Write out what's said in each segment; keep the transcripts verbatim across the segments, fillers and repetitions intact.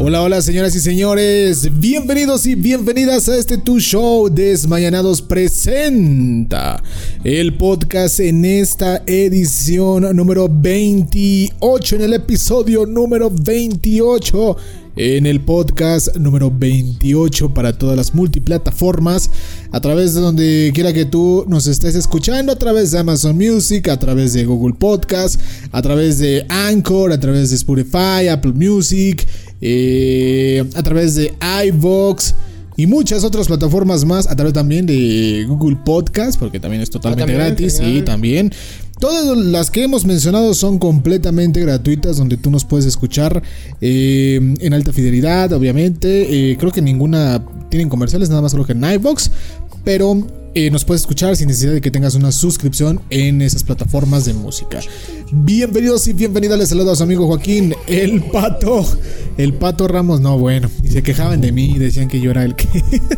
Hola, hola, señoras y señores. Bienvenidos y bienvenidas a este tu show. Desmañanados presenta el podcast en esta edición número veintiocho, en el episodio número veintiocho. En el podcast número veintiocho para todas las multiplataformas, a través de donde quiera que tú nos estés escuchando, a través de Amazon Music, a través de Google Podcast, a través de Anchor, a través de Spotify, Apple Music, eh, a través de iVoox y muchas otras plataformas más, a través también de Google Podcast, porque también es totalmente ah, ¿también? gratis. Sí, también. Todas las que hemos mencionado son completamente gratuitas, donde tú nos puedes escuchar eh, en alta fidelidad, obviamente. Eh, creo que ninguna tienen comerciales, nada más creo que en iVoox, pero eh, nos puedes escuchar sin necesidad de que tengas una suscripción en esas plataformas de música. Bienvenidos y bienvenidas, les saludo a su amigo Joaquín, el Pato, el Pato Ramos. No, bueno, y se quejaban de mí y decían que yo era el que...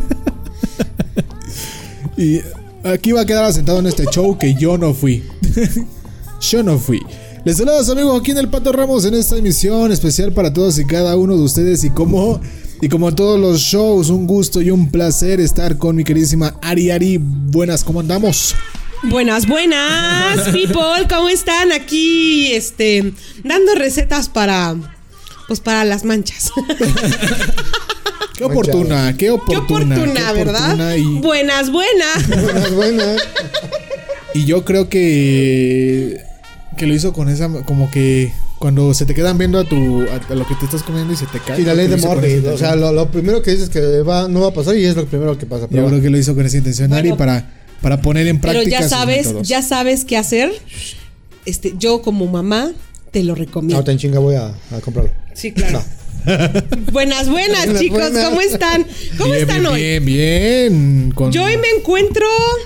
y... aquí va a quedar sentado en este show que yo no fui. Yo no fui. Les saluda a su amigo Joaquín el Pato Ramos en esta emisión especial para todos y cada uno de ustedes. Y como, y como todos los shows, un gusto y un placer estar con mi queridísima Ari. Ari, buenas, ¿cómo andamos? Buenas, buenas, people, ¿cómo están? Aquí, este, dando recetas para, pues para las manchas. Qué oportuna, qué oportuna. Qué oportuna, qué ¿verdad? Oportuna y... Buenas, buenas. Buenas, buenas. Y yo creo que que lo hizo con esa, como que cuando se te quedan viendo a tu a, a lo que te estás comiendo y se te cae. Y la ley de Murphy, o sea, lo, lo primero que dices que va, no va a pasar y es lo primero que pasa. Yo creo que lo hizo con esa intención, Ari, bueno, para para poner en práctica. Pero ya sabes, ya sabes qué hacer. Este, yo como mamá te lo recomiendo. Ahorita en chinga voy a, a comprarlo. Sí, claro. No. Buenas, buenas, buenas, chicos, buenas. ¿Cómo están? ¿Cómo bien, están bien, hoy? Bien, bien. Con... Yo hoy me encuentro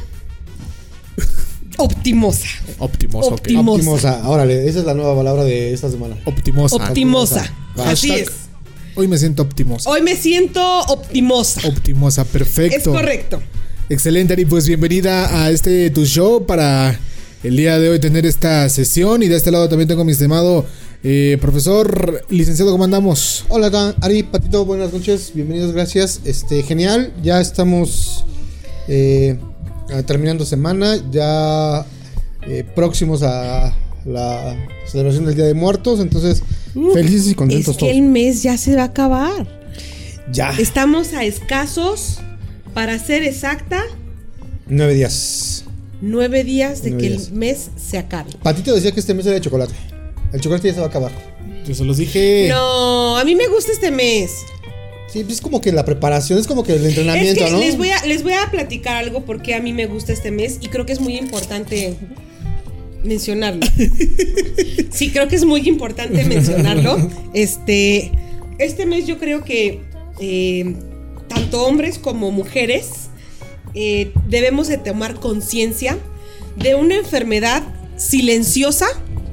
optimosa. Optimosa, optimosa. Okay. Optimosa, órale, esa es la nueva palabra de esta semana. Optimosa. Optimosa. optimosa. Así es. Hoy me siento optimosa. Hoy me siento optimosa. Optimosa, perfecto. Es correcto. Excelente, Ari, pues bienvenida a este tu show para el día de hoy tener esta sesión. Y de este lado también tengo a mi estimado eh, profesor, licenciado, ¿cómo andamos? Hola, Ari, Patito, buenas noches, bienvenidos, gracias. Este, genial, ya estamos eh, terminando semana, ya eh, próximos a la celebración del Día de Muertos, entonces uh, felices y contentos es que todos. El mes ya se va a acabar. Ya. Estamos a escasos, para ser exacta, nueve días. Nueve días de nueve que días. El mes se acabe. Patito decía que este mes era de chocolate. El chocolate ya se va a acabar. Yo se los dije. No, a mí me gusta este mes. Sí, es como que la preparación, es como que el entrenamiento, es que ¿no? Les voy, a, les voy a platicar algo porque a mí me gusta este mes y creo que es muy importante mencionarlo. Sí, creo que es muy importante mencionarlo. Este, este mes yo creo que eh, tanto hombres como mujeres eh, debemos de tomar conciencia de una enfermedad silenciosa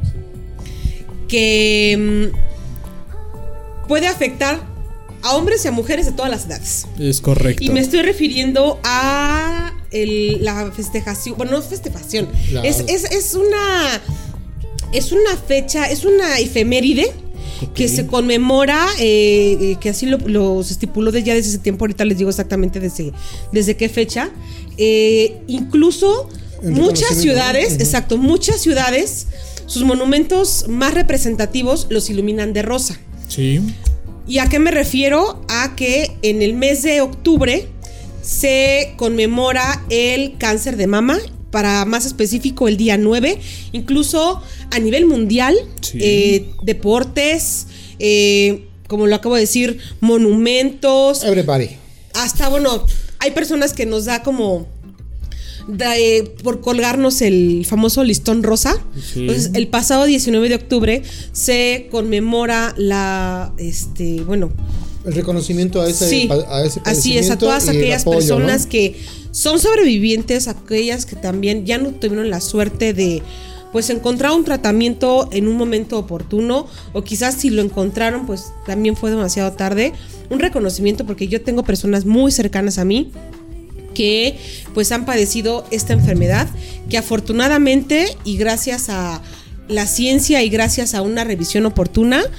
que mmm, puede afectar a hombres y a mujeres de todas las edades. Es correcto. Y me estoy refiriendo a el, la festejación. Bueno, no festejación. La... Es, es, es una. Es una fecha, es una efeméride. Okay. Que se conmemora, eh, que así lo, lo se estipuló desde ya desde ese tiempo. Ahorita les digo exactamente desde, desde qué fecha. Eh, incluso muchas ciudades, uh-huh. exacto, muchas ciudades, sus monumentos más representativos los iluminan de rosa. Sí. ¿Y a qué me refiero? A que en el mes de octubre se conmemora el cáncer de mama, para más específico el día nueve, incluso a nivel mundial, sí. eh, deportes, eh, como lo acabo de decir, monumentos. Everybody. Hasta, bueno, hay personas que nos da como... De, eh, por colgarnos el famoso listón rosa. Sí. Entonces, el pasado diecinueve de octubre se conmemora la, este, bueno, el reconocimiento a ese, sí, a ese así es, a todas aquellas apoyo, personas, ¿no?, que son sobrevivientes, aquellas que también ya no tuvieron la suerte de, pues, encontrar un tratamiento en un momento oportuno, o quizás si lo encontraron, pues también fue demasiado tarde. Un reconocimiento, porque yo tengo personas muy cercanas a mí que pues han padecido esta enfermedad, que afortunadamente y gracias a la ciencia y gracias a una revisión oportuna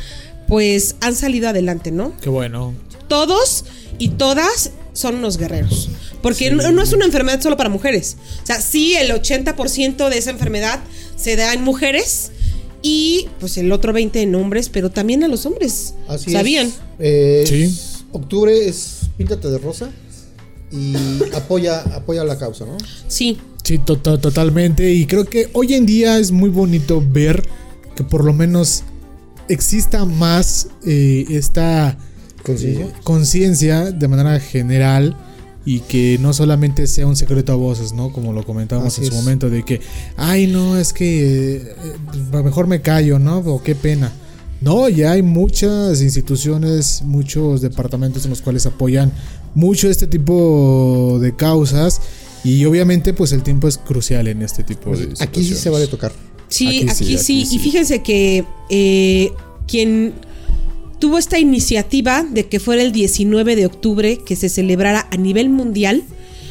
pues han salido adelante, ¿no? Qué bueno. Todos y todas son unos guerreros. Porque sí. no, no es una enfermedad solo para mujeres. O sea, sí, el ochenta por ciento de esa enfermedad se da en mujeres y pues el otro veinte por ciento en hombres, pero también a los hombres. Así ¿Sabían? Es. Eh, sí. Octubre es píntate de rosa y apoya, apoya la causa, ¿no? Sí. Sí, to- to- totalmente. Y creo que hoy en día es muy bonito ver que por lo menos exista más eh, esta conciencia eh, conciencia de manera general y que no solamente sea un secreto a voces, ¿no? Como lo comentábamos Así en su es. momento de que, ay, no, es que eh, eh, mejor me callo, ¿no? O qué pena. No, ya hay muchas instituciones, muchos departamentos en los cuales apoyan mucho este tipo de causas y obviamente pues el tiempo es crucial en este tipo de situaciones. Aquí sí se vale tocar. Sí, Aquí aquí, sí, sí, aquí sí. Y fíjense que eh, quien tuvo esta iniciativa de que fuera el diecinueve de octubre que se celebrara a nivel mundial,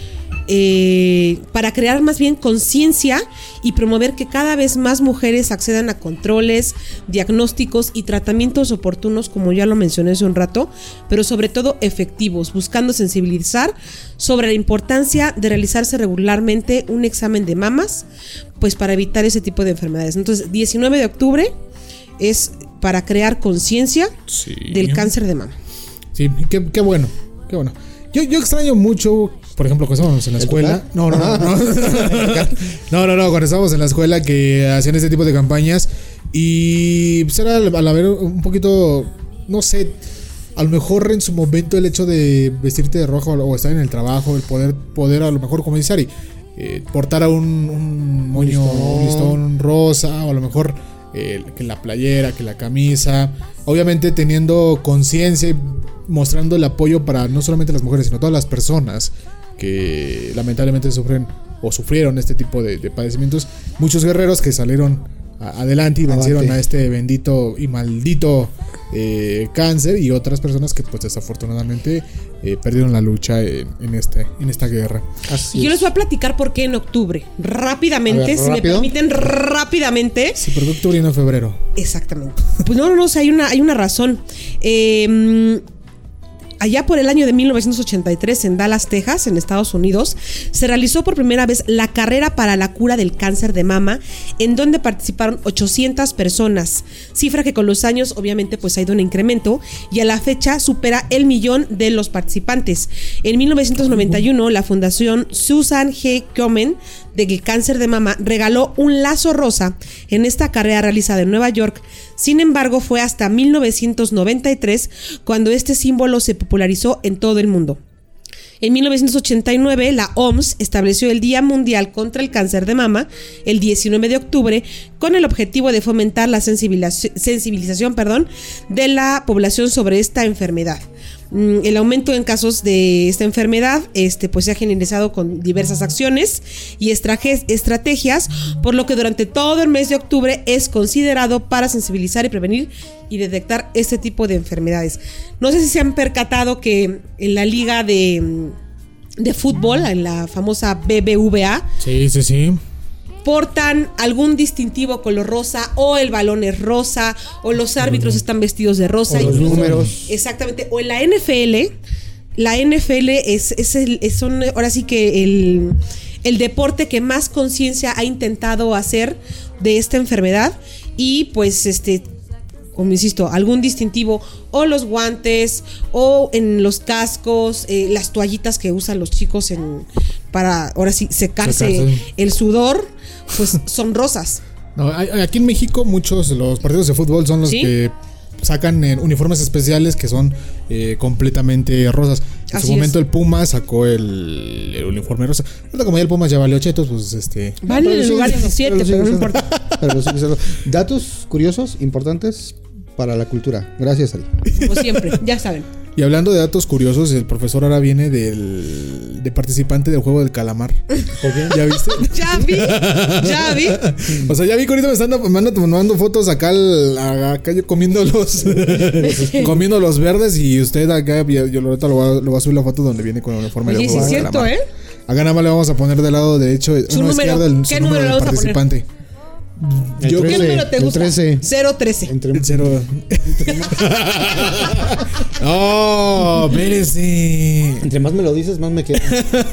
eh, para crear más bien conciencia y promover que cada vez más mujeres accedan a controles, diagnósticos y tratamientos oportunos, como ya lo mencioné hace un rato, pero sobre todo efectivos, buscando sensibilizar sobre la importancia de realizarse regularmente un examen de mamas, pues para evitar ese tipo de enfermedades. Entonces, diecinueve de octubre es para crear conciencia Sí. del cáncer de mama. Sí, qué, qué bueno, qué bueno. Yo, yo extraño mucho, por ejemplo, cuando estábamos en la escuela. No, no, no, no. No, no, no, cuando estábamos en la escuela que hacían este tipo de campañas. Y pues era al haber un poquito, no sé, a lo mejor en su momento el hecho de vestirte de rojo o estar en el trabajo, el poder, poder a lo mejor, como dice Ari, eh, portar a un, un moño, un listón rosa, o a lo mejor eh, que la playera, que la camisa. Obviamente teniendo conciencia y mostrando el apoyo para no solamente las mujeres, sino todas las personas que lamentablemente sufren o sufrieron este tipo de, de padecimientos. Muchos guerreros que salieron a, adelante y vencieron Avante. a este bendito y maldito eh, cáncer, y otras personas que pues desafortunadamente eh, perdieron la lucha en, en, este, en esta guerra. Así Y yo es. les voy a platicar por qué en octubre. Rápidamente, A ver, si me ¿rápido? permiten, rápidamente. Sí, pero octubre y no febrero. Exactamente. Pues no, no, no, o sea, hay una, hay una razón. Eh, allá por el año de mil novecientos ochenta y tres, en Dallas, Texas, en Estados Unidos, se realizó por primera vez la carrera para la cura del cáncer de mama, en donde participaron ochocientas personas, cifra que con los años obviamente pues ha ido en incremento y a la fecha supera el millón de los participantes. En mil novecientos noventa y uno, la fundación Susan G. Komen del cáncer de mama regaló un lazo rosa en esta carrera realizada en Nueva York. Sin embargo, fue hasta mil novecientos noventa y tres cuando este símbolo se popularizó en todo el mundo. En mil novecientos ochenta y nueve, la O M S estableció el Día Mundial contra el Cáncer de Mama, el diecinueve de octubre, con el objetivo de fomentar la sensibilización, sensibilización perdón, de la población sobre esta enfermedad. El aumento en casos de esta enfermedad este, pues se ha generalizado con diversas acciones y estrategias, por lo que durante todo el mes de octubre es considerado para sensibilizar y prevenir y detectar este tipo de enfermedades. No sé si se han percatado que en la liga de, de fútbol, en la famosa B B V A, Sí, sí, sí. portan algún distintivo color rosa, o el balón es rosa, o los árbitros están vestidos de rosa. O los incluso, números. exactamente. O en la N F L, la N F L es, es, el, es son ahora sí que el, el deporte que más conciencia ha intentado hacer de esta enfermedad. Y pues este, como insisto, algún distintivo, o los guantes, o en los cascos, eh, las toallitas que usan los chicos en, para ahora sí secarse, Secarse. el sudor, pues son rosas. No, hay- aquí en México muchos de los partidos de fútbol son los ¿Sí? que sacan eh, uniformes especiales que son eh, completamente rosas. En Así su momento es. el Puma sacó el, el uniforme rosa. Ahorita como ya el Puma ya valió chetos, pues este... Vale Pero en el sigue lugar siendo- diecisiete, pero sigue pero no siendo- importa. pero sigue siendo. Datos curiosos, importantes para la cultura. Gracias, Ari. Como siempre, ya saben. Y hablando de datos curiosos, el profesor ahora viene del de participante del juego del calamar. ¿Ya viste? Ya vi, ya vi. O sea, ya vi que ahorita me están me andan tomando fotos acá, al- acá yo comiendo los comiendo los verdes, y usted acá, yo yo ahorita lo voy, a, lo voy a subir la foto donde viene con el uniforme Oye, del sí juego es del cierto, calamar. ¿eh? Acá nada más le vamos a poner del lado derecho, Su no, número. izquierda, el, ¿Qué su número número le del vamos a poner? participante. El ¿Qué trece, número te el gusta? trece. cero trece. Entre, Cero. ¡Oh! Espérese. entre más me lo dices, más me quedo.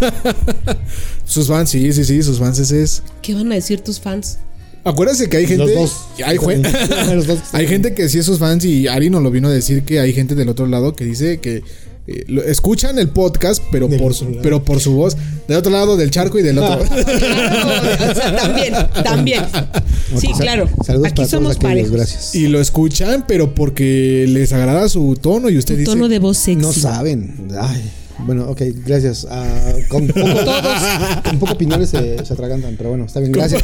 Sus fans, sí, sí, sí, sus fans ese es. ¿Qué van a decir tus fans? Acuérdense que hay gente. Los dos. Hay, jue- Los dos. hay gente que sí es sus fans y Ari nos lo vino a decir que hay gente del otro lado que dice que eh, lo- escuchan el podcast, pero Del por otro su, lado. pero por su voz. Del otro lado del charco y del otro. Claro, o sea, también, también. Sí, Ok, claro. Saludos Aquí para somos todos aquellos, parejos. gracias. Y lo escuchan, pero porque les agrada su tono y usted Tu dice. tono de voz sexy. No saben. Ay, bueno, ok, gracias. Ah, con poco, con poco opiniones se, se atragantan, pero bueno, está bien, gracias.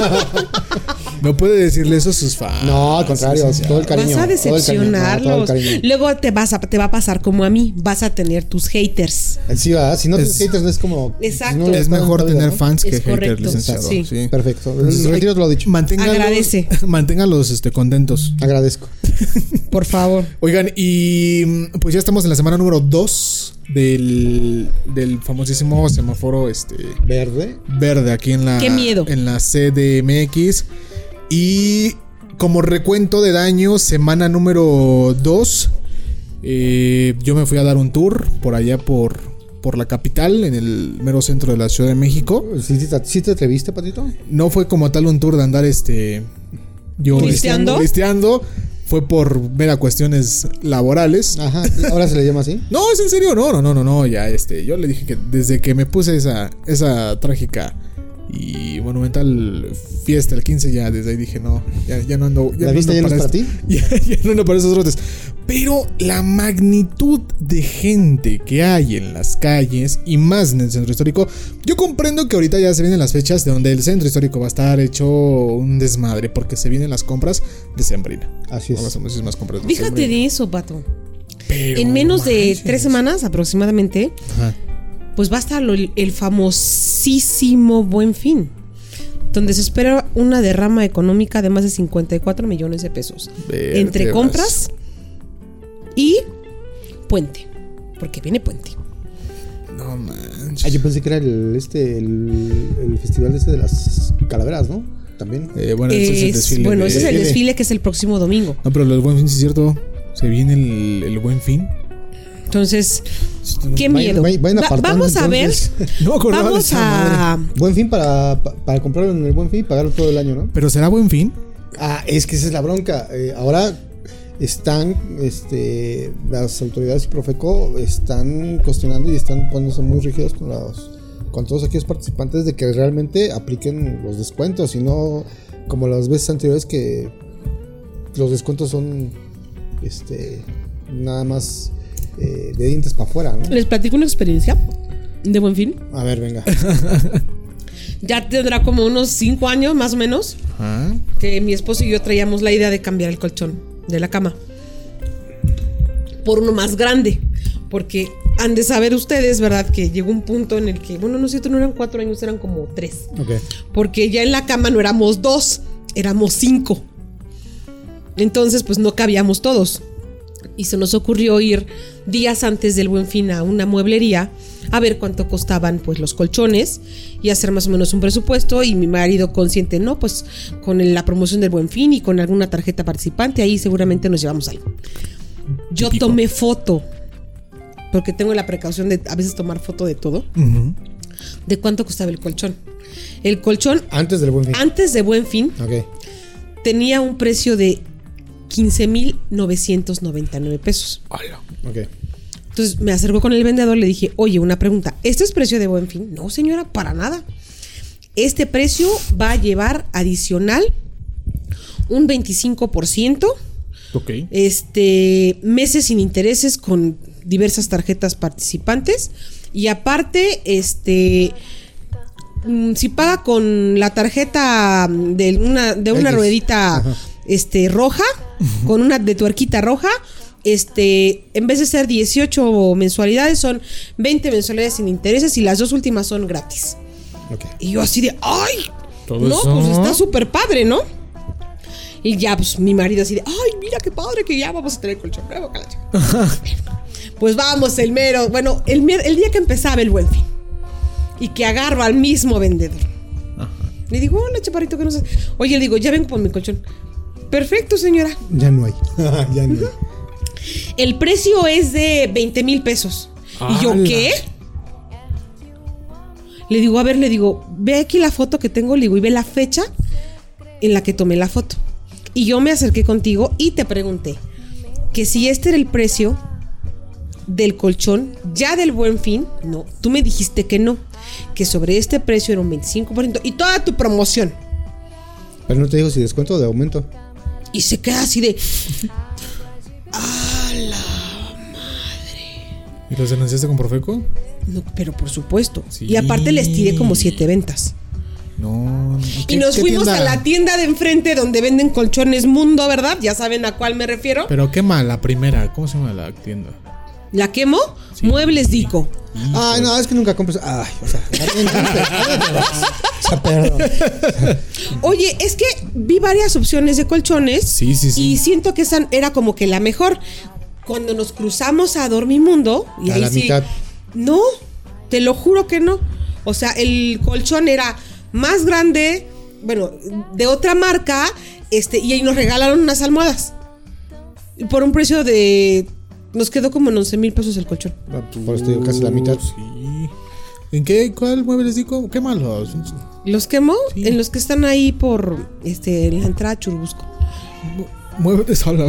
No puede decirle eso a sus fans. No, al contrario, todo el cariño. Vas a todo el cariño, no, todo el decepcionarlos. cariño. Luego te vas a, te va a pasar como a mí. Vas a tener tus haters. Sí, ¿verdad? Si no Es- tienes haters, no es como. Exacto. si no le Es pagan mejor la vida, tener ¿no? fans que Es haters, correcto, licenciado. sí. Sí. Perfecto. Retiro lo dicho. Manténganlos, Agradece. manténganlos este, contentos. Agradezco. Por favor. Oigan, y mm, pues ya estamos en la semana número dos del, del famosísimo semáforo este, Verde. verde aquí en la, Qué miedo. en la C D M X. Y como recuento de daño, semana número dos, eh, yo me fui a dar un tour por allá por, por la capital, en el mero centro de la Ciudad de México. ¿Sí, sí, ¿Sí te atreviste, Patito? No fue como tal un tour de andar este yo ¿Turisteando? turisteando. Fue por ver a cuestiones laborales. Ajá, ahora se le llama así. No, es en serio, no, no, no, no, no, ya este, yo le dije que desde que me puse esa esa trágica y monumental fiesta el quince, ya desde ahí dije, no, ya, ya no ando. Ya ¿La no vista ando ya no es para est- ti? Ya, ya no ando para esos trotes. Pero la magnitud de gente que hay en las calles y más en el centro histórico, yo comprendo que ahorita ya se vienen las fechas de donde el centro histórico va a estar hecho un desmadre porque se vienen las compras de sembrina. Así es. Vamos a muchísimas compras de Fíjate sembrina. de eso, Pato. Pero En menos de manches. tres semanas aproximadamente, Ajá. pues va a estar lo- el famosísimo Buen Fin, donde se espera una derrama económica de más de cincuenta y cuatro millones de pesos. Vértebras. Entre compras y puente. Porque viene puente. No manches. Ah, yo pensé que era el, este, el, el festival este de las calaveras, ¿no? También. Eh, bueno, ese es el Es- desfile. bueno, de- ese es el desfile. desfile que es el próximo domingo. No, pero lo del Buen Fin, sí es cierto. Se viene el, el Buen Fin. Entonces, qué Vayan- miedo. vayan- vayan Va- apartando, vamos a ver. entonces. No me acordaba de Vamos esa a. madre. Buen fin para, pa- para comprarlo en el Buen Fin y pagarlo todo el año, ¿no? Pero será Buen Fin. Ah, es que esa es la bronca. Eh, ahora están, este, las autoridades y Profeco están cuestionando y están poniéndose muy rígidos con los, con todos aquellos participantes de que realmente apliquen los descuentos y no como las veces anteriores que los descuentos son, este, nada más eh, de dientes para afuera, ¿no? Les platico una experiencia de Buen Fin. A ver, venga. Ya tendrá como unos cinco años más o menos Ajá. que mi esposo y yo traíamos la idea de cambiar el colchón de la cama por uno más grande. Porque han de saber ustedes, ¿verdad? Que llegó un punto en el que, bueno, no es cierto, no eran cuatro años, eran como tres. Ok. Porque ya en la cama no éramos dos, éramos cinco. Entonces, pues no cabíamos todos. Y se nos ocurrió ir días antes del Buen Fin a una mueblería a ver cuánto costaban pues los colchones y hacer más o menos un presupuesto. Y mi marido consciente, no, pues con el- la promoción del Buen Fin y con alguna tarjeta participante, ahí seguramente nos llevamos algo. Yo Típico. tomé foto, porque tengo la precaución de a veces tomar foto de todo, Ujú. de cuánto costaba el colchón. El colchón Antes del Buen Fin. antes de Buen Fin Ok. tenía un precio de quince mil novecientos noventa y nueve pesos. Hola. Ok. Entonces me acerco con el vendedor, le dije, oye, una pregunta, ¿este es precio de Buen Fin? No, señora, para nada. Este precio va a llevar adicional un veinticinco por ciento, Ok. este, meses sin intereses con diversas tarjetas participantes y aparte, este, mm, si paga con la tarjeta de una, de una X. ruedita Ajá. este, roja, con una de tuerquita roja, este, en vez de ser dieciocho mensualidades, son veinte mensualidades sin intereses y las dos últimas son gratis. Ok. Y yo así de, ¡ay! Todo No, eso. pues está súper padre, ¿no? Y ya, pues mi marido así de, ¡ay, mira qué padre que ya vamos a tener colchón nuevo, calacho! Pues vamos, el mero, bueno, el, mer- el día que empezaba el Buen Fin y que agarro al mismo vendedor. Le digo, hola, chaparrito, que no sé. Oye, le digo, ya vengo por mi colchón. Perfecto, señora. Ya no hay. Ya no hay. El precio es de veinte mil pesos. ¿Y yo qué? Le digo, a ver, le digo, ve aquí la foto que tengo, le digo, y ve la fecha en la que tomé la foto. Y yo me acerqué contigo y te pregunté que si este era el precio del colchón, ya del Buen Fin. No, tú me dijiste que no, que sobre este precio era un veinticinco por ciento y toda tu promoción. Pero no te digo si descuento o de aumento. Y se queda así de... ¡A la madre! ¿Y los denunciaste con Profeco? No, pero por supuesto. Sí. Y aparte les tiré como siete ventas. No. Y nos fuimos tienda? a la tienda de enfrente donde venden colchones Mundo, ¿verdad? Ya saben a cuál me refiero. Pero quema la primera. ¿Cómo se llama la tienda? ¿La quemo? Sí. Muebles Dico. Ay, no, es que nunca compres. Ay, o sea, o sea, perdón. Oye, es que vi varias opciones de colchones. Sí, sí, sí. Y siento que esa era como que la mejor. Cuando nos cruzamos a Dormimundo. Y a ahí la sí. mitad. No, te lo juro que no. O sea, el colchón era más grande, bueno, de otra marca, este, y ahí nos regalaron unas almohadas. Por un precio de... Nos quedó como en once mil pesos el colchón. Por esto digo casi la mitad. Sí. ¿En qué? ¿Cuál muebles digo? ¿Qué malos? ¿Los quemó? Sí. En los que están ahí por este, en la entrada a Churubusco. Muebles sola.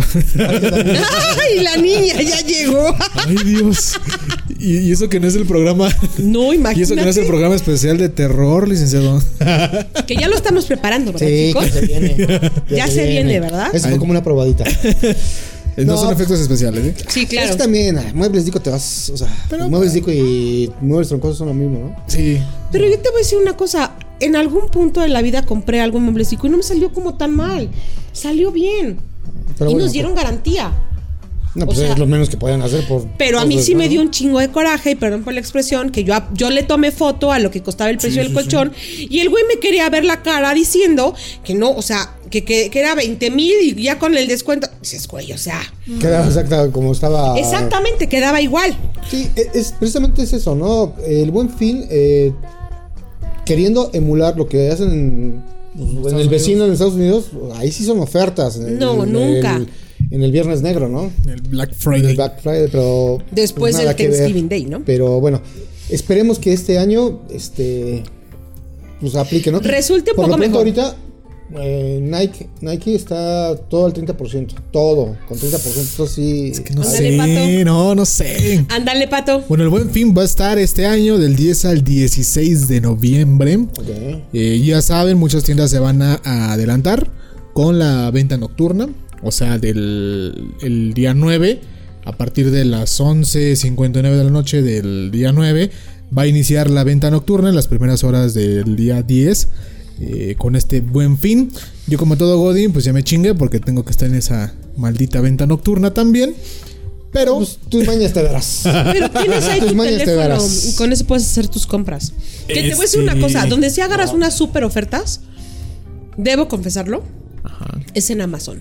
¡Ay, la niña ya llegó! ¡Ay, Dios! Y, y eso que no es el programa. No, imagínate. Y eso que no es el programa especial de terror, licenciado. Que ya lo estamos preparando, ¿verdad, sí, chicos? Que se viene. Ya, ya se, se viene, viene, ¿verdad? Eso fue como una probadita. No, no son efectos especiales, ¿eh? Sí, claro. Es que también, Muebles Dico te vas, o sea, pero, Muebles Dico y Muebles Troncosos son lo mismo, ¿no? Sí. Pero yo te voy a decir una cosa, en algún punto de la vida compré algo en Muebles Dico y no me salió como tan mal. Salió bien. Pero y bueno, nos dieron pues, garantía. No, pues o sea, es lo menos que podían hacer por... Pero a mí sí me dio un chingo de coraje, y perdón por la expresión, que yo, yo le tomé foto a lo que costaba el precio sí, del sí, colchón sí. Y el güey me quería ver la cara diciendo que no, o sea, que, que, que era veinte mil y ya con el descuento. Dices, güey, o sea... Quedaba exacta como estaba... Exactamente, quedaba igual. Sí, es, precisamente es eso, ¿no? El Buen Fin, eh, queriendo emular lo que hacen en, pues, en el vecino en Estados Unidos, ahí sí son ofertas. En, no, en, nunca. El, en el Viernes Negro, ¿no? El Black Friday. El Black Friday, pero... Después pues del Thanksgiving Day, ¿no? Pero bueno, esperemos que este año, este... pues aplique, ¿no? Resulte un Por poco lo pronto, mejor. ahorita, eh, Nike, Nike está todo al treinta por ciento. Todo, con treinta por ciento. Esto sí... Es que no Ándale, sé, Pato. no, no sé. Ándale, Pato. Bueno, el Buen Fin va a estar este año del diez al dieciséis de noviembre. Okay. Eh, ya saben, muchas tiendas se van a, a adelantar con la venta nocturna. O sea, del el día nueve, a partir de las once cincuenta y nueve de la noche del día nueve, va a iniciar la venta nocturna en las primeras horas del día diez. Eh, con este Buen Fin. Yo, como todo Godín, pues ya me chingué porque tengo que estar en esa maldita venta nocturna también. Pero pues, tus mañas te darás. Pero tienes ahí tu teléfono y con eso puedes hacer tus compras. Que este... te voy a decir una cosa, donde si agarras unas super ofertas, debo confesarlo, ajá, es en Amazon.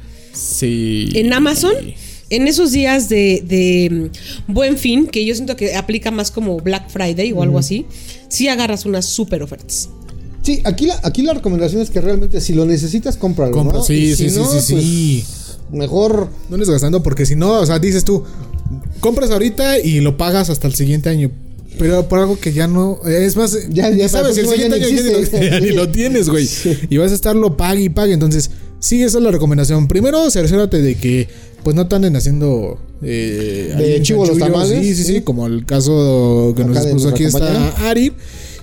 Sí. En Amazon, en esos días de, de Buen Fin, que yo siento que aplica más como Black Friday o algo mm. así, sí agarras unas super ofertas. Sí, aquí la, aquí la recomendación es que realmente si lo necesitas, cómpralo, Compra, ¿no? Sí, si sí, no, sí, sí, pues, sí. Mejor no andes gastando, porque si no, o sea, dices tú, compras ahorita y lo pagas hasta el siguiente año. Pero por algo que ya no... Es más, ya, ya sabes, el siguiente año ya ni, lo, ya ni lo tienes, güey. Sí. Y vas a estarlo pague y pague. Entonces, sí, esa es la recomendación. Primero, cerciórate de que pues no te anden haciendo... Eh, de chivo los tamales. Sí, sí, sí, sí, como el caso que acá nos puso aquí está Ari.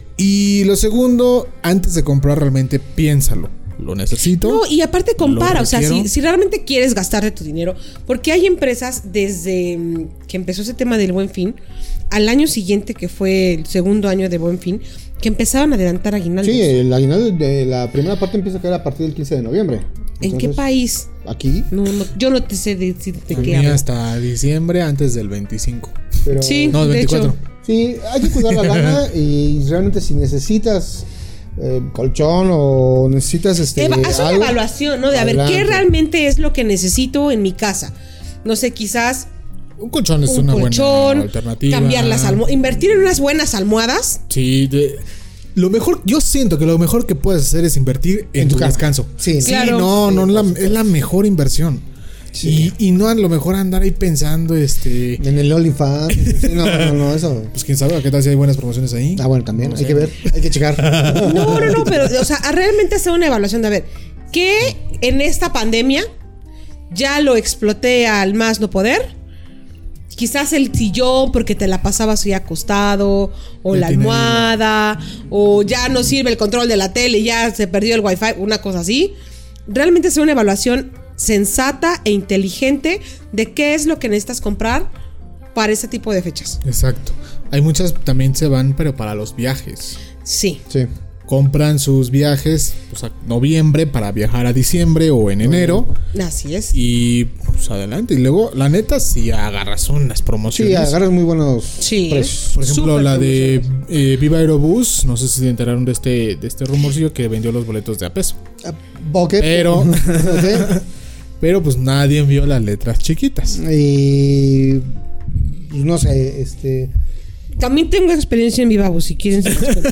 Y lo segundo, antes de comprar realmente piénsalo. Lo necesito. No, y aparte compara, o sea, si, si realmente quieres gastarte tu dinero, porque hay empresas desde que empezó ese tema del Buen Fin, al año siguiente, que fue el segundo año de Buen Fin, que empezaban a adelantar aguinaldos. Sí, el aguinaldo de la primera parte empieza a caer a partir del quince de noviembre. Entonces, ¿en qué país? Aquí. No, no, yo no te sé de, de, de qué hablo. Hasta diciembre, antes del veinticinco. Pero, sí, no, el veinticuatro. De hecho. Sí, hay que cuidar la lana y realmente si necesitas eh, colchón o necesitas este Eva, haz una evaluación, ¿no? De adelante. A ver, ¿qué realmente es lo que necesito en mi casa? No sé, quizás un colchón es un una colchón, buena alternativa. Cambiar las almohadas, invertir en unas buenas almohadas. Sí, de, lo mejor, yo siento que lo mejor que puedes hacer es invertir en, en tu, tu descanso. Sí, sí claro. no, no, la, es la mejor inversión. Sí. Y, y no a lo mejor andar ahí pensando este en el OnlyFans. Sí, no, no, no, eso. Pues quién sabe, ¿qué tal si hay buenas promociones ahí? Ah, bueno, también, no hay sé. que ver, hay que checar. No, no, no, pero, o sea, realmente hacer una evaluación de a ver, ¿qué en esta pandemia ya lo exploté al más no poder? Quizás el sillón porque te la pasabas ahí acostado, o Ya la tiene- almohada, o ya no sirve el control de la tele, ya se perdió el wifi, una cosa así. Realmente hacer una evaluación sensata e inteligente de qué es lo que necesitas comprar para ese tipo de fechas. Exacto. Hay muchas también se van, pero para los viajes. Sí. Sí. Compran sus viajes pues, a noviembre para viajar a diciembre o en enero. Así es. Y pues adelante. Y luego, la neta, si agarras unas Sí, promociones. agarras muy buenos Sí. precios. Por ejemplo, Súper la de promociones. eh, Viva Aerobús. No sé si se enteraron de este, de este rumorcillo que vendió los boletos de a peso. Ah, ok. Pero, Ok. pero pues nadie vio las letras chiquitas. Y pues, no sé, este También tengo experiencia en Vivabus, si quieren.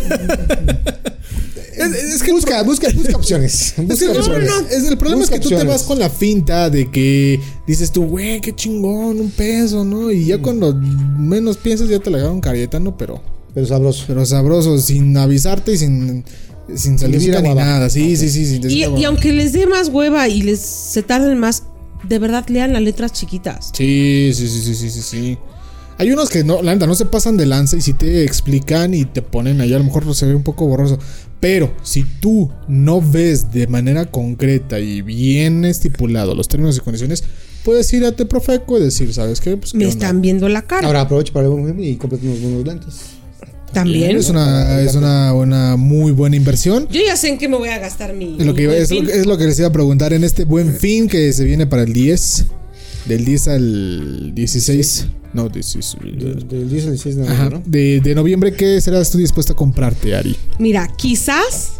Es, es que busca, busca, busca opciones. Es, Busca que- opciones. no, no, es- el problema Busca es que tú te opciones. vas con la finta de que dices tú, güey, qué chingón, un peso, ¿no? Y ya cuando menos piensas ya te la agarran carietano, pero, Pero sabroso. pero sabroso, sin avisarte y sin, sin decir salivita ni aguaba. nada. Sí, sí, sí, sin decir Y, aguaba. y aunque les dé más hueva y les se tarden más, de verdad lean las letras chiquitas. Sí, sí, sí, sí, sí, sí, sí. Hay unos que no, la neta, no se pasan de lanza y si te explican y te ponen ahí, a lo mejor se ve un poco borroso. Pero si tú no ves de manera concreta y bien estipulado los términos y condiciones, puedes ir a te Profeco y decir, ¿sabes qué? Pues, ¿qué Me onda? están viendo la cara. Ahora aprovecho para ver y compras unos buenos lentes. También. Es una, es una, una muy buena inversión. Yo ya sé en qué me voy a gastar mi. Es lo, que, mi es, buen lo, fin. es lo que les iba a preguntar en este buen fin que se viene para el diez. Del diez al dieciséis. No, dieciséis. Del, del diez al dieciséis de Ajá, noviembre, ¿no? de, de noviembre, ¿qué serás tú dispuesta a comprarte, Ari? Mira, quizás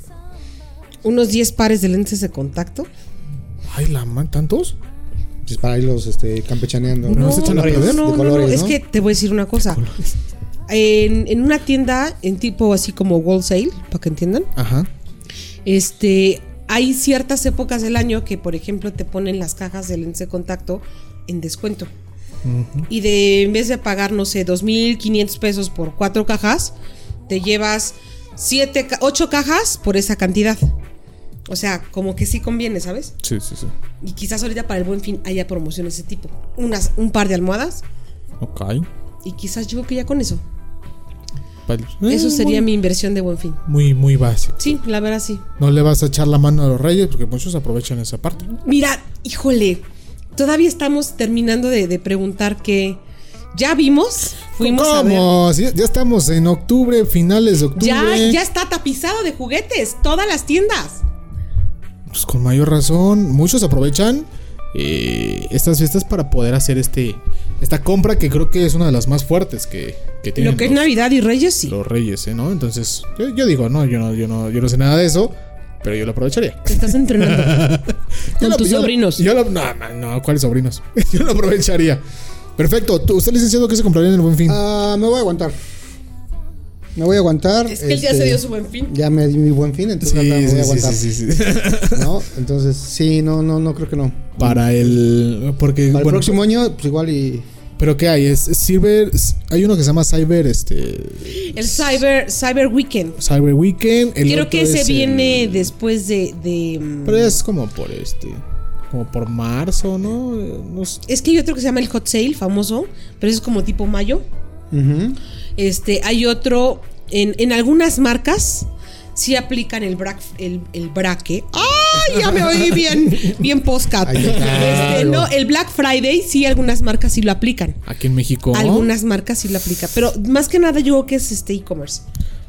unos diez pares de lentes de contacto. Ay, la man, ¿tantos? Pues para irlos este, campechaneando. no se echan a Colores, perder? no, de no, colores, no, es ¿no? que te voy a decir una cosa. En, en una tienda, en tipo así como wholesale, para que entiendan, Ajá. este, hay ciertas épocas del año que, por ejemplo, te ponen las cajas de lentes de contacto en descuento. Uh-huh. Y de, en vez de pagar, no sé, dos mil quinientos pesos por cuatro cajas, te llevas siete, ca- ocho cajas por esa cantidad. O sea, como que sí conviene, ¿sabes? Sí, sí, sí. Y quizás ahorita para el Buen Fin haya promociones de ese tipo. Unas, un par de almohadas Ok. y quizás yo creo que ya con eso. Vale. Eso Eh, sería muy, mi inversión de Buen Fin. Muy, muy básico. Sí, la verdad sí. No le vas a echar la mano a los reyes porque muchos aprovechan esa parte. Mira, híjole, todavía estamos terminando de, de preguntar que ya vimos, fuimos a ver. ¿Cómo? Sí, ya estamos en octubre, finales de octubre. Ya, ya está tapizado de juguetes, todas las tiendas. Pues con mayor razón, muchos aprovechan eh, estas fiestas para poder hacer este esta compra que creo que es una de las más fuertes que, que tienen Lo que es los, Navidad y Reyes, sí. los reyes, ¿eh? ¿no? Entonces, yo, yo digo, no, yo no, yo no, yo no sé nada de eso, pero yo lo aprovecharía. Te estás entrenando Yo con lo- tus yo lo- sobrinos. Yo lo, no, no, no, ¿cuáles sobrinos? Yo lo aprovecharía. Perfecto. ¿Tú, ¿Usted, licenciado, qué se compraría en el Buen Fin? Ah, me voy a aguantar. Me voy a aguantar. Es que él ya este, se dio su Buen Fin. Ya me di mi buen fin, entonces sí, ahora me voy a sí, aguantar. sí, sí, sí, sí. ¿No? Entonces, sí, no, no, no creo que no. Para el. Porque. Para el bueno, próximo año, pues igual y. ¿Pero qué hay? Es Cyber. Hay uno que se llama Cyber. Este. El Cyber, Cyber Weekend. Cyber Weekend. El Creo otro que ese es viene el- después de, de, mm, Pero es como por este. Como por marzo, ¿no? No sé. Es que hay otro que se llama el Hot Sale, famoso, pero eso es como tipo mayo. Ujú. Este, hay otro en, en algunas marcas sí aplican el braque, el, el braque. ¡Ay! Ya me oí bien, bien postcat. Ahí está. Este, no, el Black Friday sí algunas marcas sí lo aplican. Aquí en México. Algunas marcas sí lo aplican, pero más que nada yo creo que es este e-commerce.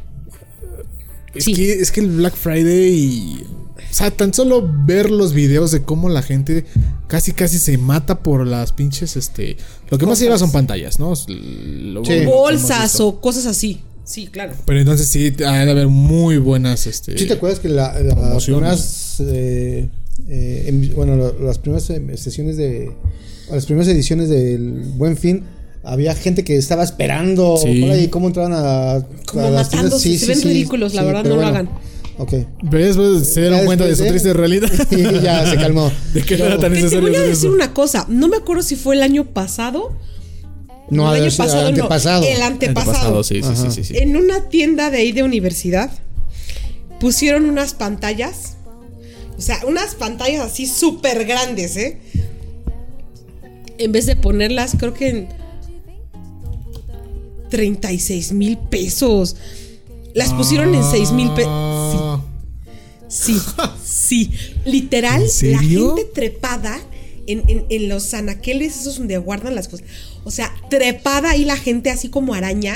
Es, sí. que, es que el Black Friday. Y, o sea, tan solo ver los videos de cómo la gente casi casi se mata por las pinches. Este. Lo que más se lleva son pantallas, ¿no? Lo- Sí. lo que hemos Bolsas visto. o cosas así. Sí, claro. Pero entonces sí, hay de haber muy buenas. Este, ¿Sí te acuerdas que la, la- las promociones. primeras, eh, eh, em- bueno, la- las primeras em, sesiones de, o las primeras ediciones del Buen Fin había gente que estaba esperando Sí. por ahí cómo entraban a, Como a las tiendas. matándose, Sí, se sí, ven sí. ridículos, la Sí, verdad, pero no lo bueno. hagan. Ok. Pero después se dieron Ya cuenta de su después, triste ¿eh? realidad. Y ya se calmó. De que no era tan Que te necesario voy a hacer decir eso. una cosa, no me acuerdo si fue el año pasado. No, el el año pasado, antepasado. no, el antepasado. sí, sí, Ajá. sí, sí, sí. En una tienda de ahí de universidad pusieron unas pantallas, o sea, unas pantallas así súper grandes, ¿eh? En vez de ponerlas, creo que en treinta y seis mil pesos. Las pusieron en seis mil pesos. Ah. Sí, sí. Literal, ¿En serio? la gente trepada en, en, en los anaqueles, esos donde guardan las cosas. O sea, trepada ahí la gente así como araña.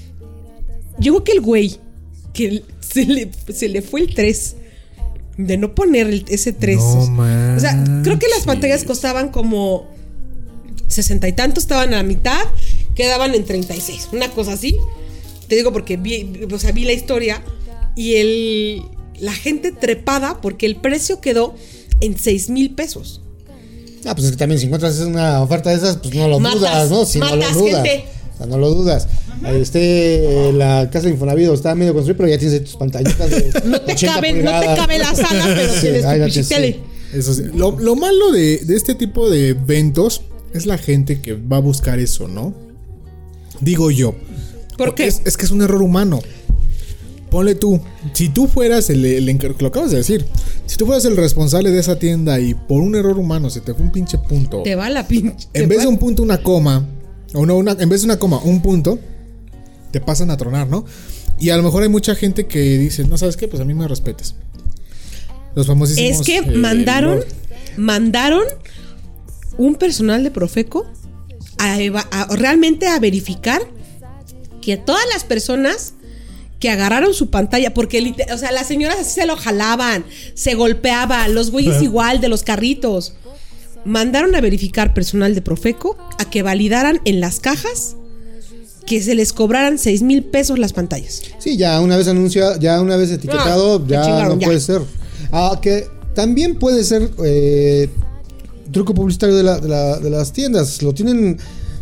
Yo creo que el güey que se le, se le fue el tres de no poner el, ese tres. No o sea, creo que las manches. pantallas costaban como sesenta y tantos, estaban a la mitad, quedaban en treinta y seis, una cosa así. Te digo porque vi, o sea, vi la historia y el, la gente trepada porque el precio quedó en seis mil pesos. Ah, pues es que también si encuentras una oferta de esas, pues no lo Matas, dudas, ¿no? Si no lo matas, dudas. gente. O sea, no lo dudas. Ahí esté eh, la casa de Infonavit, está medio construida, pero ya tienes tus pantallitas de No te ochenta cabe, no te pulgadas. cabe la sala, pero Sí, tienes ahí tu la pinche tienes, tele. Eso sí. Lo, lo malo de, de este tipo de eventos es la gente que va a buscar eso, ¿no? Digo yo. ¿Por qué? Es, es que es un error humano. Ponle tú, si tú fueras el, el encar- lo acabas de decir, si tú fueras el responsable de esa tienda y por un error humano se te fue un pinche punto, Te va la pinche. en te vez va- de un punto una coma, o no, una, en vez de una coma, un punto, te pasan a tronar, ¿no? Y a lo mejor hay mucha gente que dice, no, ¿sabes qué? Pues a mí me respetes. Los famosísimos... Es que eh, mandaron, Lord. mandaron un personal de Profeco a, eva- a- realmente a verificar que todas las personas que agarraron su pantalla, porque lite- o sea, las señoras así se lo jalaban, se golpeaban, los güeyes igual de los carritos. Mandaron a verificar personal de Profeco a que validaran en las cajas que se les cobraran seis mil pesos las pantallas. Sí, ya una vez anunciado, ya una vez etiquetado, Ah, ya me chingaron, no ya. puede ser. Ah, que también puede ser eh, truco publicitario de, la, de, la, de las tiendas. Lo tienen.